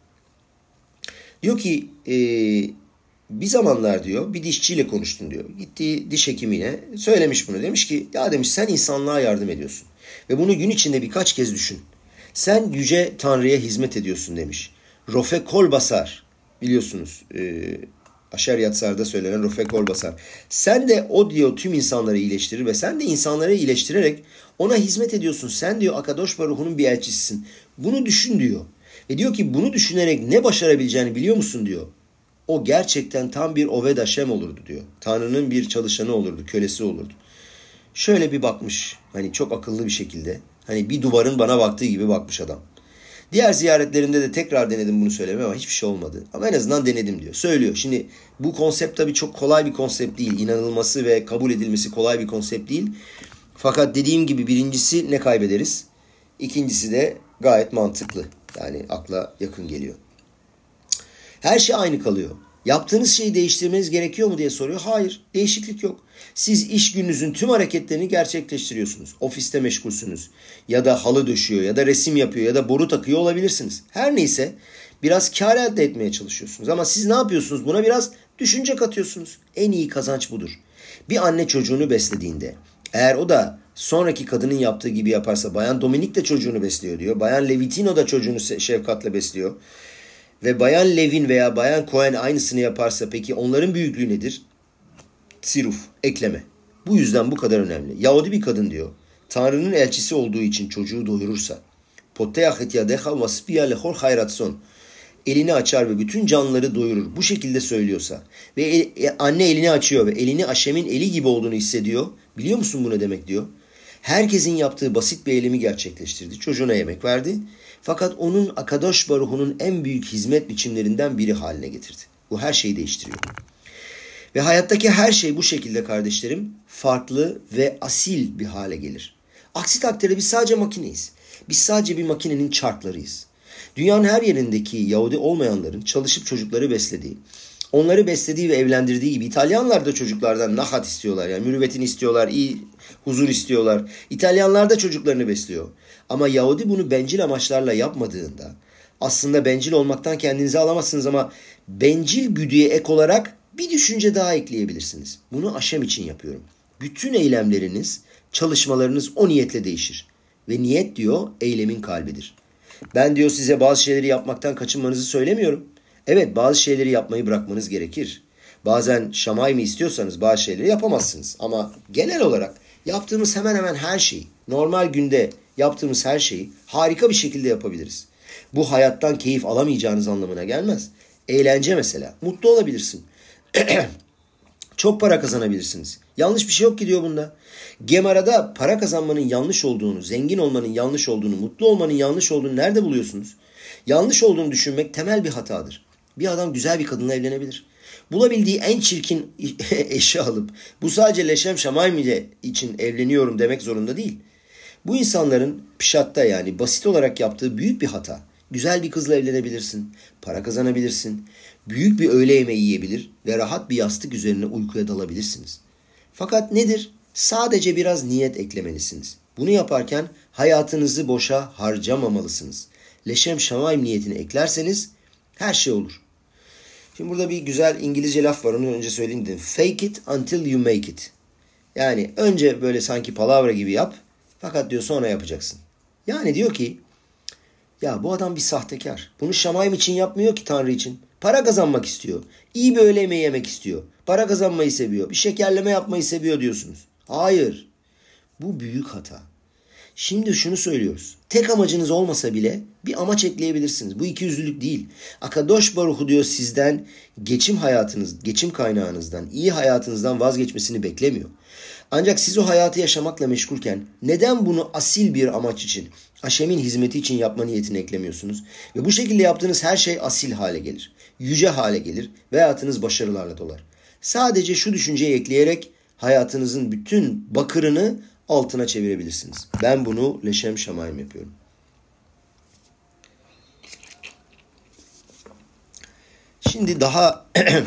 Diyor ki e, bir zamanlar diyor bir dişçiyle konuştun diyor. Gittiği diş hekimine söylemiş bunu. Demiş ki ya demiş sen insanlığa yardım ediyorsun. Ve bunu gün içinde birkaç kez düşün. Sen yüce Tanrı'ya hizmet ediyorsun demiş. Rofe Kolbasar biliyorsunuz e, Aşer Yatsar'da söylenen Rofe Kolbasar. Sen de o diyor tüm insanları iyileştirir ve sen de insanları iyileştirerek ona hizmet ediyorsun. Sen diyor Akadosh Baruhu'nun bir elçisisin. Bunu düşün diyor. Ve diyor ki bunu düşünerek ne başarabileceğini biliyor musun diyor. o gerçekten tam bir Oved Hashem olurdu diyor. Tanrı'nın bir çalışanı olurdu, kölesi olurdu. Şöyle bir bakmış, hani çok akıllı bir şekilde. Hani bir duvarın bana baktığı gibi bakmış adam. Diğer ziyaretlerimde de tekrar denedim bunu söylemeye ama hiçbir şey olmadı. Ama en azından denedim diyor. Söylüyor. Şimdi bu konsept tabii çok kolay bir konsept değil. İnanılması ve kabul edilmesi kolay bir konsept değil. Fakat dediğim gibi birincisi ne kaybederiz? İkincisi de gayet mantıklı. Yani akla yakın geliyor. Her şey aynı kalıyor. Yaptığınız şeyi değiştirmeniz gerekiyor mu diye soruyor. Hayır, değişiklik yok. Siz iş gününüzün tüm hareketlerini gerçekleştiriyorsunuz. Ofiste meşgulsünüz ya da halı döşüyor ya da resim yapıyor ya da boru takıyor olabilirsiniz. Her neyse biraz kar elde etmeye çalışıyorsunuz. Ama siz ne yapıyorsunuz? Buna biraz düşünce katıyorsunuz. En iyi kazanç budur. Bir anne çocuğunu beslediğinde eğer o da sonraki kadının yaptığı gibi yaparsa Bayan Dominik de çocuğunu besliyor diyor. Bayan Levitino da çocuğunu şefkatle besliyor. Ve Bayan Levin veya Bayan Cohen aynısını yaparsa peki onların büyüklüğü nedir? Siruf, ekleme. Bu yüzden bu kadar önemli. Yahudi bir kadın diyor. Tanrı'nın elçisi olduğu için çocuğu doyurursa. Poteach et yadecha vaspia lechol hayratson. Elini açar ve bütün canlıları doyurur. Bu şekilde söylüyorsa. Ve el, anne elini açıyor ve elini Haşem'in eli gibi olduğunu hissediyor. Biliyor musun bu ne demek diyor? Herkesin yaptığı basit bir eylemi gerçekleştirdi. Çocuğuna yemek verdi. Fakat onun Akadosh Baruhu'nun en büyük hizmet biçimlerinden biri haline getirdi. Bu her şeyi değiştiriyor. Ve hayattaki her şey bu şekilde kardeşlerim farklı ve asil bir hale gelir. Aksi takdirde biz sadece makineyiz. Biz sadece bir makinenin çarklarıyız. Dünyanın her yerindeki Yahudi olmayanların çalışıp çocukları beslediği, onları beslediği ve evlendirdiği gibi İtalyanlar da çocuklardan nahat istiyorlar. Yani mürüvvetini istiyorlar, iyi huzur istiyorlar. İtalyanlar da çocuklarını besliyor. Ama Yahudi bunu bencil amaçlarla yapmadığında aslında bencil olmaktan kendinizi alamazsınız ama bencil güdüye ek olarak bir düşünce daha ekleyebilirsiniz. Bunu Haşem için yapıyorum. Bütün eylemleriniz, çalışmalarınız o niyetle değişir. Ve niyet diyor eylemin kalbidir. Ben diyor size bazı şeyleri yapmaktan kaçınmanızı söylemiyorum. Evet bazı şeyleri yapmayı bırakmanız gerekir. Bazen şamay mı istiyorsanız bazı şeyleri yapamazsınız. Ama genel olarak yaptığımız hemen hemen her şeyi, normal günde yaptığımız her şeyi harika bir şekilde yapabiliriz. Bu hayattan keyif alamayacağınız anlamına gelmez. Eğlence mesela. Mutlu olabilirsin. Çok para kazanabilirsiniz. Yanlış bir şey yok ki diyor bunda. Gemara'da para kazanmanın yanlış olduğunu, zengin olmanın yanlış olduğunu, mutlu olmanın yanlış olduğunu nerede buluyorsunuz? Yanlış olduğunu düşünmek temel bir hatadır. Bir adam güzel bir kadınla evlenebilir. Bulabildiği en çirkin eşi alıp bu sadece leşem şamayim ile için evleniyorum demek zorunda değil. Bu insanların pişatta yani basit olarak yaptığı büyük bir hata. Güzel bir kızla evlenebilirsin, para kazanabilirsin, büyük bir öğle yemeği yiyebilir ve rahat bir yastık üzerine uykuya dalabilirsiniz. Fakat nedir? Sadece biraz niyet eklemelisiniz. Bunu yaparken hayatınızı boşa harcamamalısınız. Leşem şamayim niyetini eklerseniz her şey olur. Şimdi burada bir güzel İngilizce laf var, onu önce söyleyeyim dedim. Fake it until you make it. Yani önce böyle sanki palavra gibi yap, fakat diyor sonra yapacaksın. Yani diyor ki, ya bu adam bir sahtekar. Bunu şamayim için yapmıyor ki Tanrı için. Para kazanmak istiyor. İyi bir öğle yemeği yemek istiyor. Para kazanmayı seviyor. Bir şekerleme yapmayı seviyor diyorsunuz. Hayır. Bu büyük hata. Şimdi şunu söylüyoruz. Tek amacınız olmasa bile bir amaç ekleyebilirsiniz. Bu ikiyüzlülük değil. Akadosh Baruhu diyor sizden geçim hayatınız, geçim kaynağınızdan, iyi hayatınızdan vazgeçmesini beklemiyor. Ancak siz o hayatı yaşamakla meşgulken neden bunu asil bir amaç için, Haşem'in hizmeti için yapma niyetini eklemiyorsunuz? Ve bu şekilde yaptığınız her şey asil hale gelir, yüce hale gelir ve hayatınız başarılarla dolar. Sadece şu düşünceyi ekleyerek hayatınızın bütün bakırını altına çevirebilirsiniz. Ben bunu leşem şamayim yapıyorum. Şimdi daha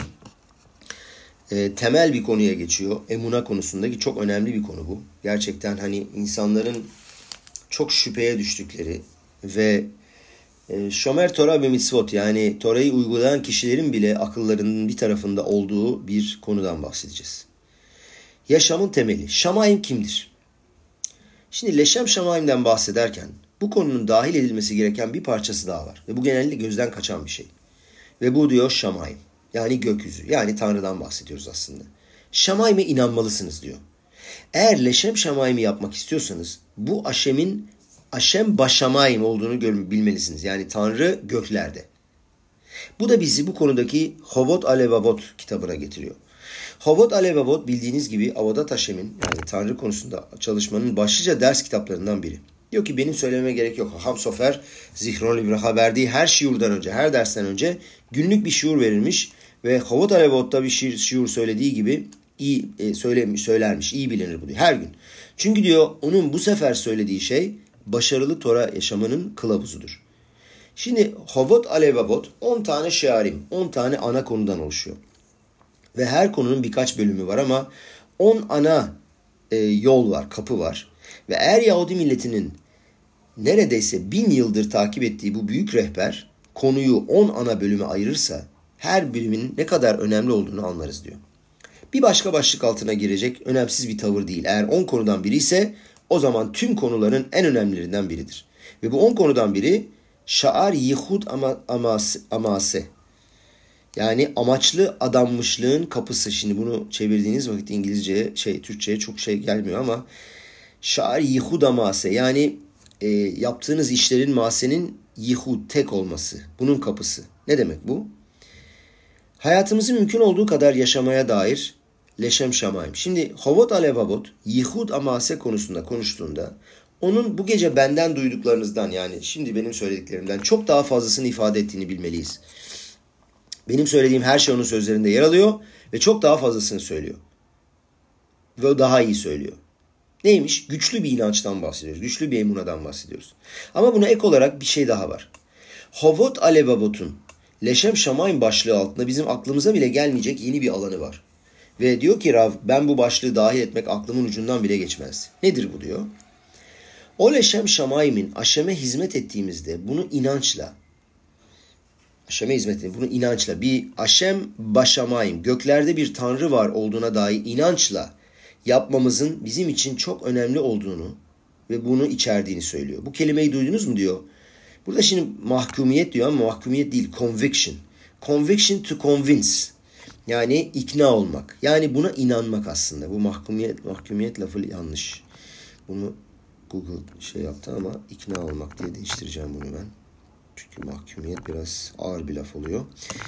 e, temel bir konuya geçiyor. Emuna konusundaki çok önemli bir konu bu. Gerçekten hani insanların çok şüpheye düştükleri ve e, Shomer Torah ve Mitzvot yani Tora'yı uygulayan kişilerin bile akıllarının bir tarafında olduğu bir konudan bahsedeceğiz. Yaşamın temeli. Şamayim kimdir? Şimdi Leşem Şamayim'den bahsederken bu konunun dahil edilmesi gereken bir parçası daha var. Ve bu genellikle gözden kaçan bir şey. Ve bu diyor Şamayim. Yani gökyüzü. Yani Tanrı'dan bahsediyoruz aslında. Şamayim'e inanmalısınız diyor. Eğer Leşem Şamayim'i yapmak istiyorsanız bu Haşem'in Haşem Başamayim olduğunu bilmelisiniz. Yani Tanrı göklerde. Bu da bizi bu konudaki Hovot Alevavot kitabına getiriyor. Hovot Alevavot bildiğiniz gibi Avodat Haşem'in yani Tanrı konusunda çalışmanın başlıca ders kitaplarından biri. Diyor ki benim söylememe gerek yok. Hacham Sofer Zichron Livraha verdiği her şiurdan önce, her dersten önce günlük bir şiur verilmiş ve Hovot Alevavot'ta bir şiir, şiur söylediği gibi iyi e, söylemiş, söylermiş, iyi bilinir bu diyor her gün. Çünkü diyor onun bu sefer söylediği şey başarılı Tora yaşamanın kılavuzudur. Şimdi Hovot Alevavot on tane şiarim, on tane ana konudan oluşuyor. Ve her konunun birkaç bölümü var ama on ana e, yol var, kapı var. Ve eğer Yahudi milletinin neredeyse bin yıldır takip ettiği bu büyük rehber konuyu on ana bölüme ayırırsa her bölümün ne kadar önemli olduğunu anlarız diyor. Bir başka başlık altına girecek önemsiz bir tavır değil. Eğer on konudan biri ise o zaman tüm konuların en önemlilerinden biridir. Ve bu on konudan biri Şa'ar Yihud ama, amase, amase. Yani amaçlı adanmışlığın kapısı. Şimdi bunu çevirdiğiniz vakit İngilizceye, şey Türkçe'ye çok şey gelmiyor ama Şa'ar Yihud amase yani e, yaptığınız işlerin masenin Yihud tek olması. Bunun kapısı. Ne demek bu? Hayatımızı mümkün olduğu kadar yaşamaya dair leşem şamayim. Şimdi Hovot Alevavot Yihud amase konusunda konuştuğunda onun bu gece benden duyduklarınızdan yani şimdi benim söylediklerimden çok daha fazlasını ifade ettiğini bilmeliyiz. Benim söylediğim her şey onun sözlerinde yer alıyor ve çok daha fazlasını söylüyor. Ve o daha iyi söylüyor. Neymiş? Güçlü bir inançtan bahsediyoruz. Güçlü bir emunadan bahsediyoruz. Ama buna ek olarak bir şey daha var. Hovot Alevavot'un Leşem Şamayim başlığı altında bizim aklımıza bile gelmeyecek yeni bir alanı var. Ve diyor ki Rav ben bu başlığı dahil etmek aklımın ucundan bile geçmez. Nedir bu diyor? O Leşem Şamayim'in Haşem'e hizmet ettiğimizde bunu inançla Haşem'e hizmet ettiğimizde bunu inançla bir Haşem Başamayim göklerde bir tanrı var olduğuna dair inançla yapmamızın bizim için çok önemli olduğunu ve bunu içerdiğini söylüyor. Bu kelimeyi duydunuz mu diyor. Burada şimdi mahkumiyet diyor ama mahkumiyet değil, conviction. Conviction to convince. Yani ikna olmak. Yani buna inanmak aslında. Bu mahkumiyet, mahkumiyet lafı yanlış. Bunu Google şey yaptı ama ikna olmak diye değiştireceğim bunu ben. Çünkü mahkumiyet biraz ağır bir laf oluyor.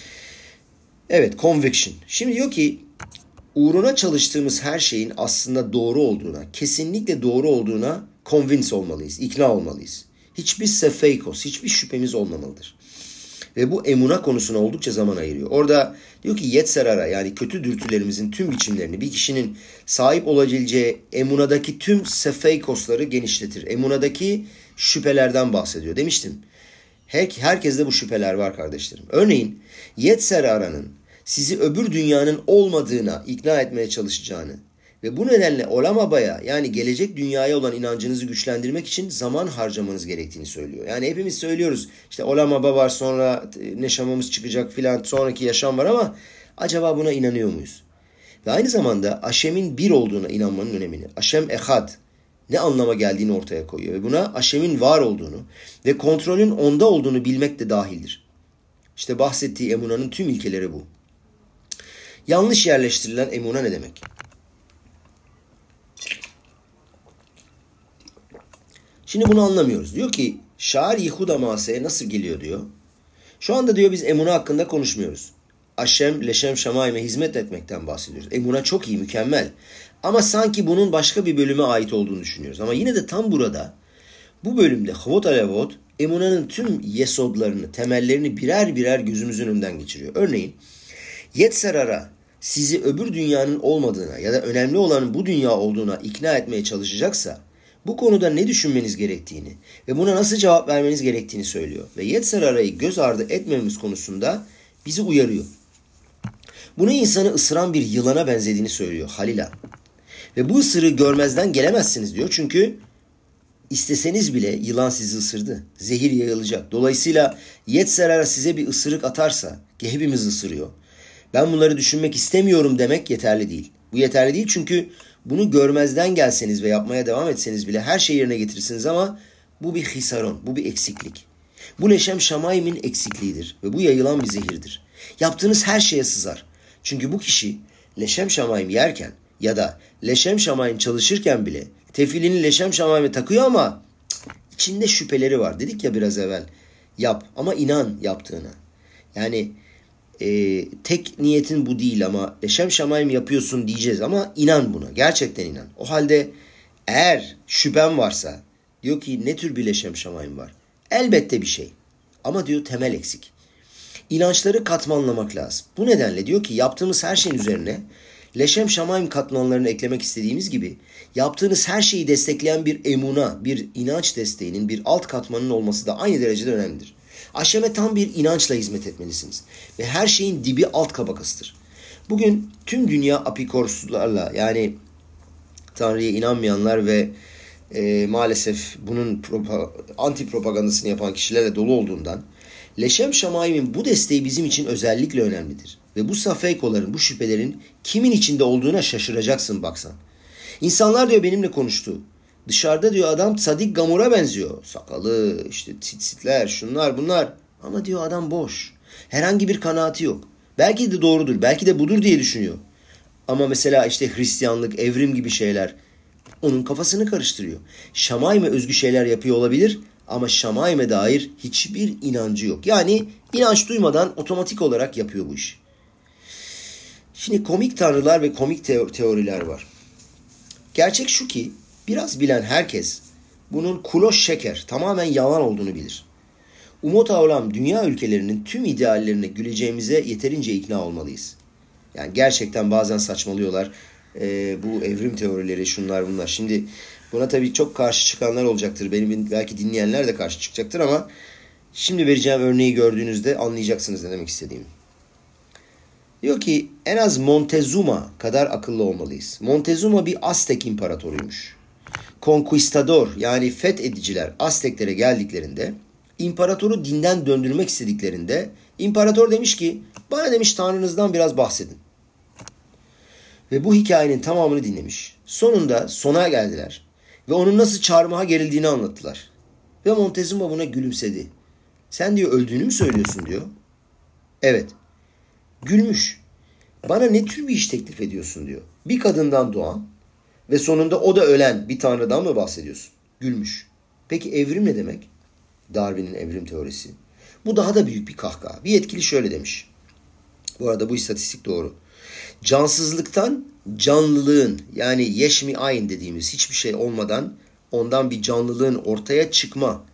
Evet, conviction. Şimdi diyor ki uğruna çalıştığımız her şeyin aslında doğru olduğuna, kesinlikle doğru olduğuna convince olmalıyız, ikna olmalıyız. Hiçbir sefeykos, hiçbir şüphemiz olmamalıdır. Ve bu emuna konusuna oldukça zaman ayırıyor. Orada diyor ki yetserara yani kötü dürtülerimizin tüm biçimlerini bir kişinin sahip olabileceği emunadaki tüm sefeykosları genişletir. Emunadaki şüphelerden bahsediyor. Demiştim. Her, herkeste bu şüpheler var kardeşlerim. Örneğin yetserara'nın sizi öbür dünyanın olmadığına ikna etmeye çalışacağını ve bu nedenle olamabaya yani gelecek dünyaya olan inancınızı güçlendirmek için zaman harcamanız gerektiğini söylüyor. Yani hepimiz söylüyoruz işte olamaba var sonra neşamamız çıkacak filan sonraki yaşam var ama acaba buna inanıyor muyuz? Ve aynı zamanda Haşem'in bir olduğuna inanmanın önemini, Haşem Ehad ne anlama geldiğini ortaya koyuyor. Ve buna Haşem'in var olduğunu ve kontrolün onda olduğunu bilmek de dahildir. İşte bahsettiği emunanın tüm ilkeleri bu. Yanlış yerleştirilen emuna ne demek? Şimdi bunu anlamıyoruz. Diyor ki Şa'ar Yihud amaseye nasıl geliyor diyor. Şu anda diyor biz emuna hakkında konuşmuyoruz. Haşem, Leşem, Şamayim'e hizmet etmekten bahsediyoruz. Emuna çok iyi, mükemmel. Ama sanki bunun başka bir bölüme ait olduğunu düşünüyoruz. Ama yine de tam burada bu bölümde Hovot Alevavot emunanın tüm yesodlarını, temellerini birer birer gözümüzün önünden geçiriyor. Örneğin Yetserara sizi öbür dünyanın olmadığına ya da önemli olanın bu dünya olduğuna ikna etmeye çalışacaksa bu konuda ne düşünmeniz gerektiğini ve buna nasıl cevap vermeniz gerektiğini söylüyor. Ve Yetserara'yı göz ardı etmememiz konusunda bizi uyarıyor. Bunu insanı ısıran bir yılana benzediğini söylüyor Halila. Ve bu ısırığı görmezden gelemezsiniz diyor. Çünkü isteseniz bile yılan sizi ısırdı. Zehir yayılacak. Dolayısıyla Yetserara size bir ısırık atarsa ki hepimiz ısırıyor. Ben bunları düşünmek istemiyorum demek yeterli değil. Bu yeterli değil çünkü bunu görmezden gelseniz ve yapmaya devam etseniz bile her şeyi yerine getirirsiniz ama bu bir hisaron, bu bir eksiklik. Bu Leşem Şamayim'in eksikliğidir ve bu yayılan bir zehirdir. Yaptığınız her şeye sızar. Çünkü bu kişi Leşem Şamayim yerken ya da Leşem Şamayim çalışırken bile tefilini Leşem Şamayim'e takıyor ama içinde şüpheleri var. Dedik ya biraz evvel yap ama inan yaptığına. Yani e, tek niyetin bu değil ama Leşem Şamayim yapıyorsun diyeceğiz ama inan buna. Gerçekten inan. O halde eğer şüphen varsa diyor ki ne tür bir Leşem Şamayim var? Elbette bir şey. Ama diyor temel eksik. İnançları katmanlamak lazım. Bu nedenle diyor ki yaptığımız her şeyin üzerine Leşem Şamayim katmanlarını eklemek istediğimiz gibi yaptığınız her şeyi destekleyen bir emuna, bir inanç desteğinin, bir alt katmanının olması da aynı derecede önemlidir. Aşem'e tam bir inançla hizmet etmelisiniz. Ve her şeyin dibi alt kabakasıdır. Bugün tüm dünya apikorslarla yani Tanrı'ya inanmayanlar ve e, maalesef bunun propa, anti propagandasını yapan kişilerle dolu olduğundan Leşem Şamayim'in bu desteği bizim için özellikle önemlidir. Ve bu safeykoların, bu şüphelerin kimin içinde olduğuna şaşıracaksın baksan. İnsanlar diyor benimle konuştu. Dışarıda diyor adam Sadik Gamur'a benziyor. Sakalı, işte titsitler, şunlar bunlar. Ama diyor adam boş. Herhangi bir kanaati yok. Belki de doğrudur, belki de budur diye düşünüyor. Ama mesela işte Hristiyanlık, evrim gibi şeyler onun kafasını karıştırıyor. Şamayim'e özgü şeyler yapıyor olabilir ama Şamayim'e dair hiçbir inancı yok. Yani inanç duymadan otomatik olarak yapıyor bu işi. Şimdi komik tanrılar ve komik teoriler var. Gerçek şu ki biraz bilen herkes bunun kuloş şeker tamamen yalan olduğunu bilir. Umut Avlam dünya ülkelerinin tüm ideallerine güleceğimize yeterince ikna olmalıyız. Yani gerçekten bazen saçmalıyorlar. Ee, bu evrim teorileri şunlar bunlar. Şimdi buna tabii çok karşı çıkanlar olacaktır. Benim belki dinleyenler de karşı çıkacaktır ama şimdi vereceğim örneği gördüğünüzde anlayacaksınız ne demek istediğimi. Diyor ki en az Montezuma kadar akıllı olmalıyız. Montezuma bir Aztek imparatoruymuş. Conquistador yani fethediciler Azteklere geldiklerinde imparatoru dinden döndürmek istediklerinde imparator demiş ki bana demiş tanrınızdan biraz bahsedin. Ve bu hikayenin tamamını dinlemiş. Sonunda sona geldiler. Ve onun nasıl çarmıha gerildiğini anlattılar. Ve Montezuma buna gülümsedi. Sen diyor öldüğünü mü söylüyorsun diyor. Evet. Gülmüş. Bana ne tür bir iş teklif ediyorsun diyor. Bir kadından doğan ve sonunda o da ölen bir tanrıdan mı bahsediyorsun? Gülmüş. Peki evrim ne demek? Darwin'in evrim teorisi. Bu daha da büyük bir kahkaha. Bir yetkili şöyle demiş. Bu arada bu istatistik doğru. Cansızlıktan canlılığın yani yeşmi ayn dediğimiz hiçbir şey olmadan ondan bir canlılığın ortaya çıkma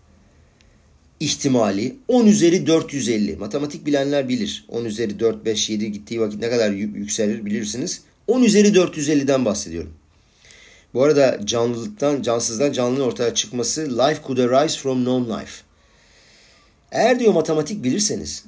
ihtimali on üzeri dört yüz elli. Matematik bilenler bilir. on üzeri dört, beş, yedi gittiği vakit ne kadar yükselir bilirsiniz. on üzeri dört yüz elliden bahsediyorum. Bu arada canlılıktan, cansızdan canlılığın ortaya çıkması life could arise from non-life. Eğer diyor matematik bilirseniz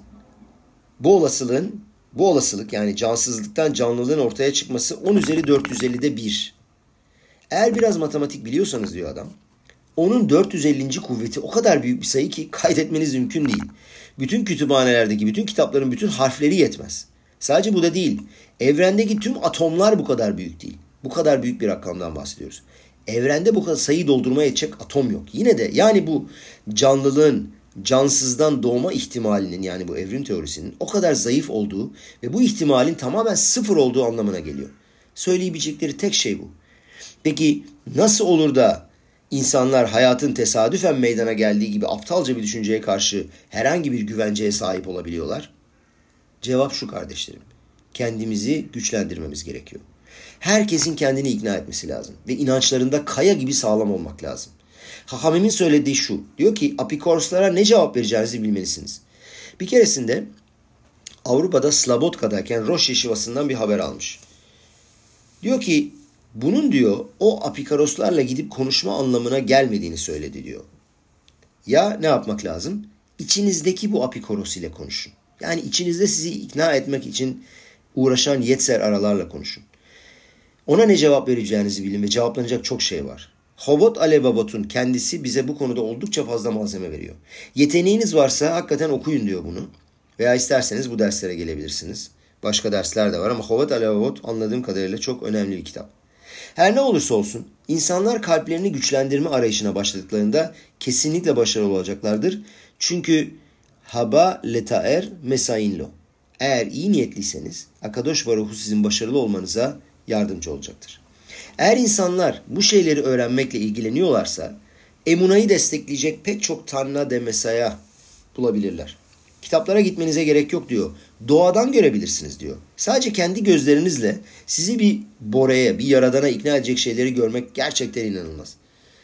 bu olasılığın bu olasılık yani cansızlıktan canlılığın ortaya çıkması on üzeri dört yüz ellide bir. Eğer biraz matematik biliyorsanız diyor adam onun dört yüz ellinci kuvveti o kadar büyük bir sayı ki kaydetmeniz mümkün değil. Bütün kütüphanelerdeki bütün kitapların bütün harfleri yetmez. Sadece bu da değil. Evrendeki tüm atomlar bu kadar büyük değil. Bu kadar büyük bir rakamdan bahsediyoruz. Evrende bu kadar sayı doldurmaya yetecek atom yok. Yine de yani bu canlılığın cansızdan doğma ihtimalinin yani bu evrim teorisinin o kadar zayıf olduğu ve bu ihtimalin tamamen sıfır olduğu anlamına geliyor. Söyleyebilecekleri tek şey bu. Peki nasıl olur da İnsanlar hayatın tesadüfen meydana geldiği gibi aptalca bir düşünceye karşı herhangi bir güvenceye sahip olabiliyorlar? Cevap şu kardeşlerim. Kendimizi güçlendirmemiz gerekiyor. Herkesin kendini ikna etmesi lazım. Ve inançlarında kaya gibi sağlam olmak lazım. Hahamim'in söylediği şu. Diyor ki apikorslara ne cevap vereceğinizi bilmelisiniz. Bir keresinde Avrupa'da Slabotka'dayken Roş Yeşivası'ndan bir haber almış. Diyor ki bunun diyor o apikaroslarla gidip konuşma anlamına gelmediğini söyledi diyor. Ya ne yapmak lazım? İçinizdeki bu apikoros ile konuşun. Yani içinizde sizi ikna etmek için uğraşan yetser aralarla konuşun. Ona ne cevap vereceğinizi bilin ve cevaplanacak çok şey var. Hovot Alevavot'un kendisi bize bu konuda oldukça fazla malzeme veriyor. Yeteneğiniz varsa hakikaten okuyun diyor bunu. Veya isterseniz bu derslere gelebilirsiniz. Başka dersler de var ama Hovot Alevavot anladığım kadarıyla çok önemli bir kitap. Her ne olursa olsun insanlar kalplerini güçlendirme arayışına başladıklarında kesinlikle başarılı olacaklardır. Çünkü haba letaer mesainlo. Eğer iyi niyetliyseniz Akadosh Baruhu sizin başarılı olmanıza yardımcı olacaktır. Eğer insanlar bu şeyleri öğrenmekle ilgileniyorlarsa emunayı destekleyecek pek çok tanna de mesaya bulabilirler. Kitaplara gitmenize gerek yok diyor. Doğadan görebilirsiniz diyor. Sadece kendi gözlerinizle sizi bir boreye, bir yaradana ikna edecek şeyleri görmek gerçekten inanılmaz.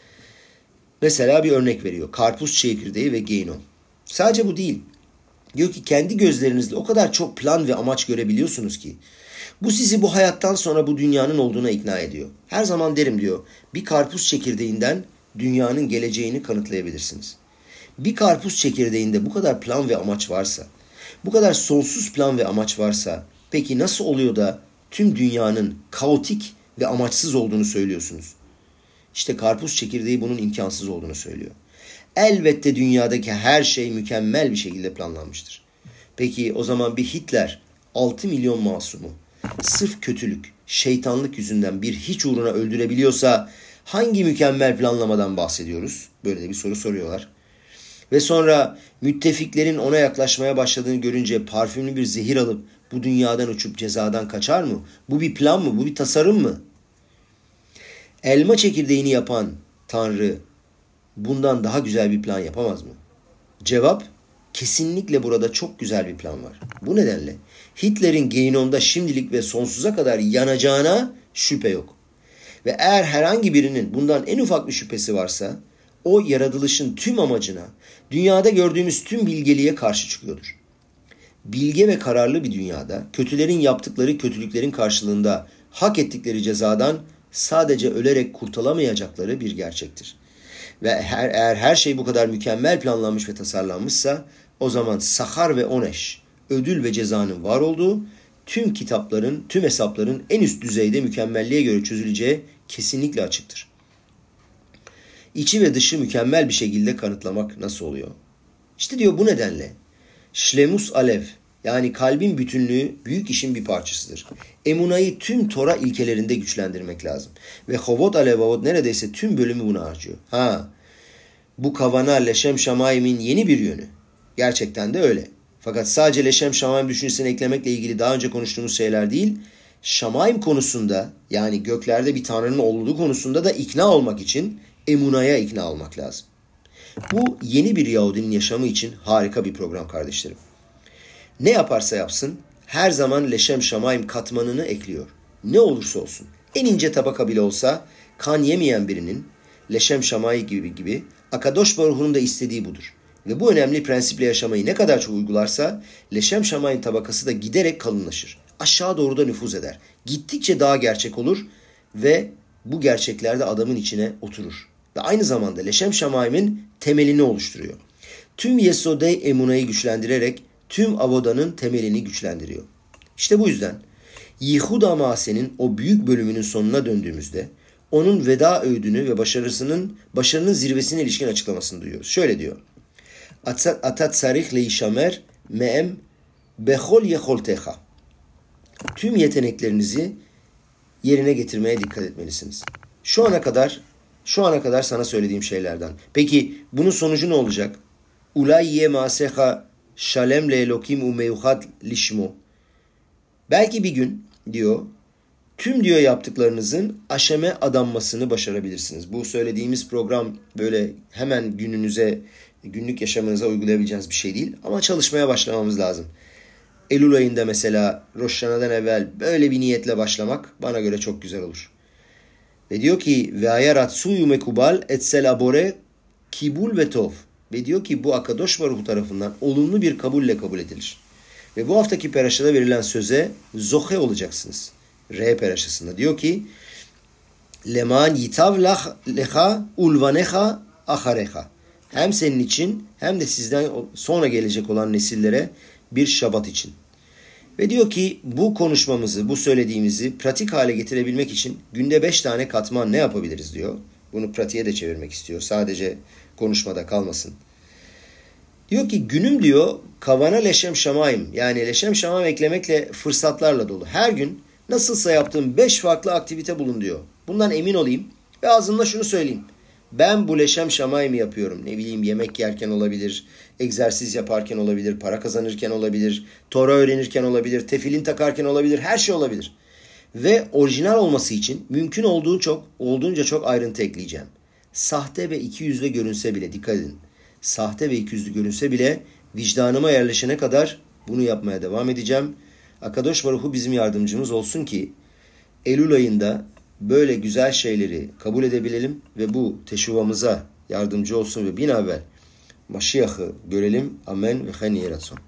Mesela bir örnek veriyor. Karpuz çekirdeği ve genom. Sadece bu değil. Diyor ki kendi gözlerinizle o kadar çok plan ve amaç görebiliyorsunuz ki bu sizi bu hayattan sonra bu dünyanın olduğuna ikna ediyor. Her zaman derim diyor, bir karpuz çekirdeğinden dünyanın geleceğini kanıtlayabilirsiniz. Bir karpuz çekirdeğinde bu kadar plan ve amaç varsa, bu kadar sonsuz plan ve amaç varsa, peki nasıl oluyor da tüm dünyanın kaotik ve amaçsız olduğunu söylüyorsunuz? İşte karpuz çekirdeği bunun imkansız olduğunu söylüyor. Elbette dünyadaki her şey mükemmel bir şekilde planlanmıştır. Peki o zaman bir Hitler altı milyon masumu sırf kötülük, şeytanlık yüzünden bir hiç uğruna öldürebiliyorsa hangi mükemmel planlamadan bahsediyoruz? Böyle de bir soru soruyorlar. Ve sonra müttefiklerin ona yaklaşmaya başladığını görünce parfümlü bir zehir alıp bu dünyadan uçup cezadan kaçar mı? Bu bir plan mı? Bu bir tasarım mı? Elma çekirdeğini yapan Tanrı bundan daha güzel bir plan yapamaz mı? Cevap, kesinlikle burada çok güzel bir plan var. Bu nedenle Hitler'in Gehinom'da şimdilik ve sonsuza kadar yanacağına şüphe yok. Ve eğer herhangi birinin bundan en ufak bir şüphesi varsa, o yaratılışın tüm amacına, dünyada gördüğümüz tüm bilgeliğe karşı çıkıyordur. Bilge ve kararlı bir dünyada, kötülerin yaptıkları kötülüklerin karşılığında hak ettikleri cezadan sadece ölerek kurtulamayacakları bir gerçektir. Ve her, eğer her şey bu kadar mükemmel planlanmış ve tasarlanmışsa, o zaman sahar ve oneş, ödül ve cezanın var olduğu, tüm kitapların, tüm hesapların en üst düzeyde mükemmelliğe göre çözüleceği kesinlikle açıktır. İçi ve dışı mükemmel bir şekilde kanıtlamak nasıl oluyor? İşte diyor bu nedenle Şlemus Alev, yani kalbin bütünlüğü büyük işin bir parçasıdır. Emunayı tüm Tora ilkelerinde güçlendirmek lazım. Ve Hovot Alevavot neredeyse tüm bölümü buna harcıyor. Ha, bu kavana Leşem Şamayim'in yeni bir yönü. Gerçekten de öyle. Fakat sadece Leşem Şamayim düşüncesini eklemekle ilgili daha önce konuştuğumuz şeyler değil, Şamayim konusunda, yani göklerde bir tanrının olduğu konusunda da ikna olmak için emunaya ikna olmak lazım. Bu yeni bir Yahudinin yaşamı için harika bir program kardeşlerim. Ne yaparsa yapsın her zaman Leşem Şamayim katmanını ekliyor. Ne olursa olsun. En ince tabaka bile olsa kan yemeyen birinin Leşem Şamayim gibi gibi Akadosh Baruhu'nun da istediği budur. Ve bu önemli prensiple yaşamayı ne kadar çok uygularsa Leşem Şamayim tabakası da giderek kalınlaşır. Aşağı doğru da nüfuz eder. Gittikçe daha gerçek olur ve bu gerçekler de adamın içine oturur. Ve aynı zamanda Leşem Şamayim'in temelini oluşturuyor. Tüm Yesodey Emuna'yı güçlendirerek tüm Avoda'nın temelini güçlendiriyor. İşte bu yüzden Yehuda Mase'nin o büyük bölümünün sonuna döndüğümüzde onun veda öğüdünü ve başarısının başarının zirvesine ilişkin açıklamasını duyuyoruz. Şöyle diyor. Atat sarih leishamer me'em bechol yeholtecha. Tüm yeteneklerinizi yerine getirmeye dikkat etmelisiniz. Şu ana kadar şu ana kadar sana söylediğim şeylerden. Peki bunun sonucu ne olacak? Ulay ye maseha Shalem le Elokim u meyuhat lishmo. Belki bir gün diyor, tüm diyor yaptıklarınızın aşeme adanmasını başarabilirsiniz. Bu söylediğimiz program böyle hemen gününüze, günlük yaşamınıza uygulayabileceğiniz bir şey değil. Ama çalışmaya başlamamız lazım. Eylül ayında mesela Rosh Hashanah'dan evvel böyle bir niyetle başlamak bana göre çok güzel olur. Ve diyor ki ve ayaratsuyu mekubal etsel abore kibul ve tov. Ve diyor ki bu Akadosh Baruhu tarafından olumlu bir kabulle kabul edilir. Ve bu haftaki peraşada verilen söze zohe olacaksınız. Re peraşasında diyor ki leman yitav lecha ulvanecha acharecha. Hem senin için hem de sizden sonra gelecek olan nesillere bir şabat için. Ve diyor ki bu konuşmamızı, bu söylediğimizi pratik hale getirebilmek için günde beş tane katman ne yapabiliriz diyor. Bunu pratiğe de çevirmek istiyor. Sadece konuşmada kalmasın. Diyor ki günüm diyor kavana leşem şamayim, yani leşem şamayim eklemekle fırsatlarla dolu. Her gün nasılsa yaptığım beş farklı aktivite bulun diyor. Bundan emin olayım ve ağzımla şunu söyleyeyim. Ben bu leşem şamayimi yapıyorum. Ne bileyim yemek yerken olabilir, egzersiz yaparken olabilir, para kazanırken olabilir, Tora öğrenirken olabilir, tefilin takarken olabilir, her şey olabilir. Ve orijinal olması için mümkün olduğu çok, olduğunca çok ayrıntı ekleyeceğim. Sahte ve ikiyüzlü görünse bile, dikkat edin. Sahte ve ikiyüzlü görünse bile vicdanıma yerleşene kadar bunu yapmaya devam edeceğim. Akadosh Baruch Hu bizim yardımcımız olsun ki Eylül ayında böyle güzel şeyleri kabul edebilelim ve bu teşuvamıza yardımcı olsun ve bir an evvel Maşiyah'ı görelim. Amen ve hen yerason.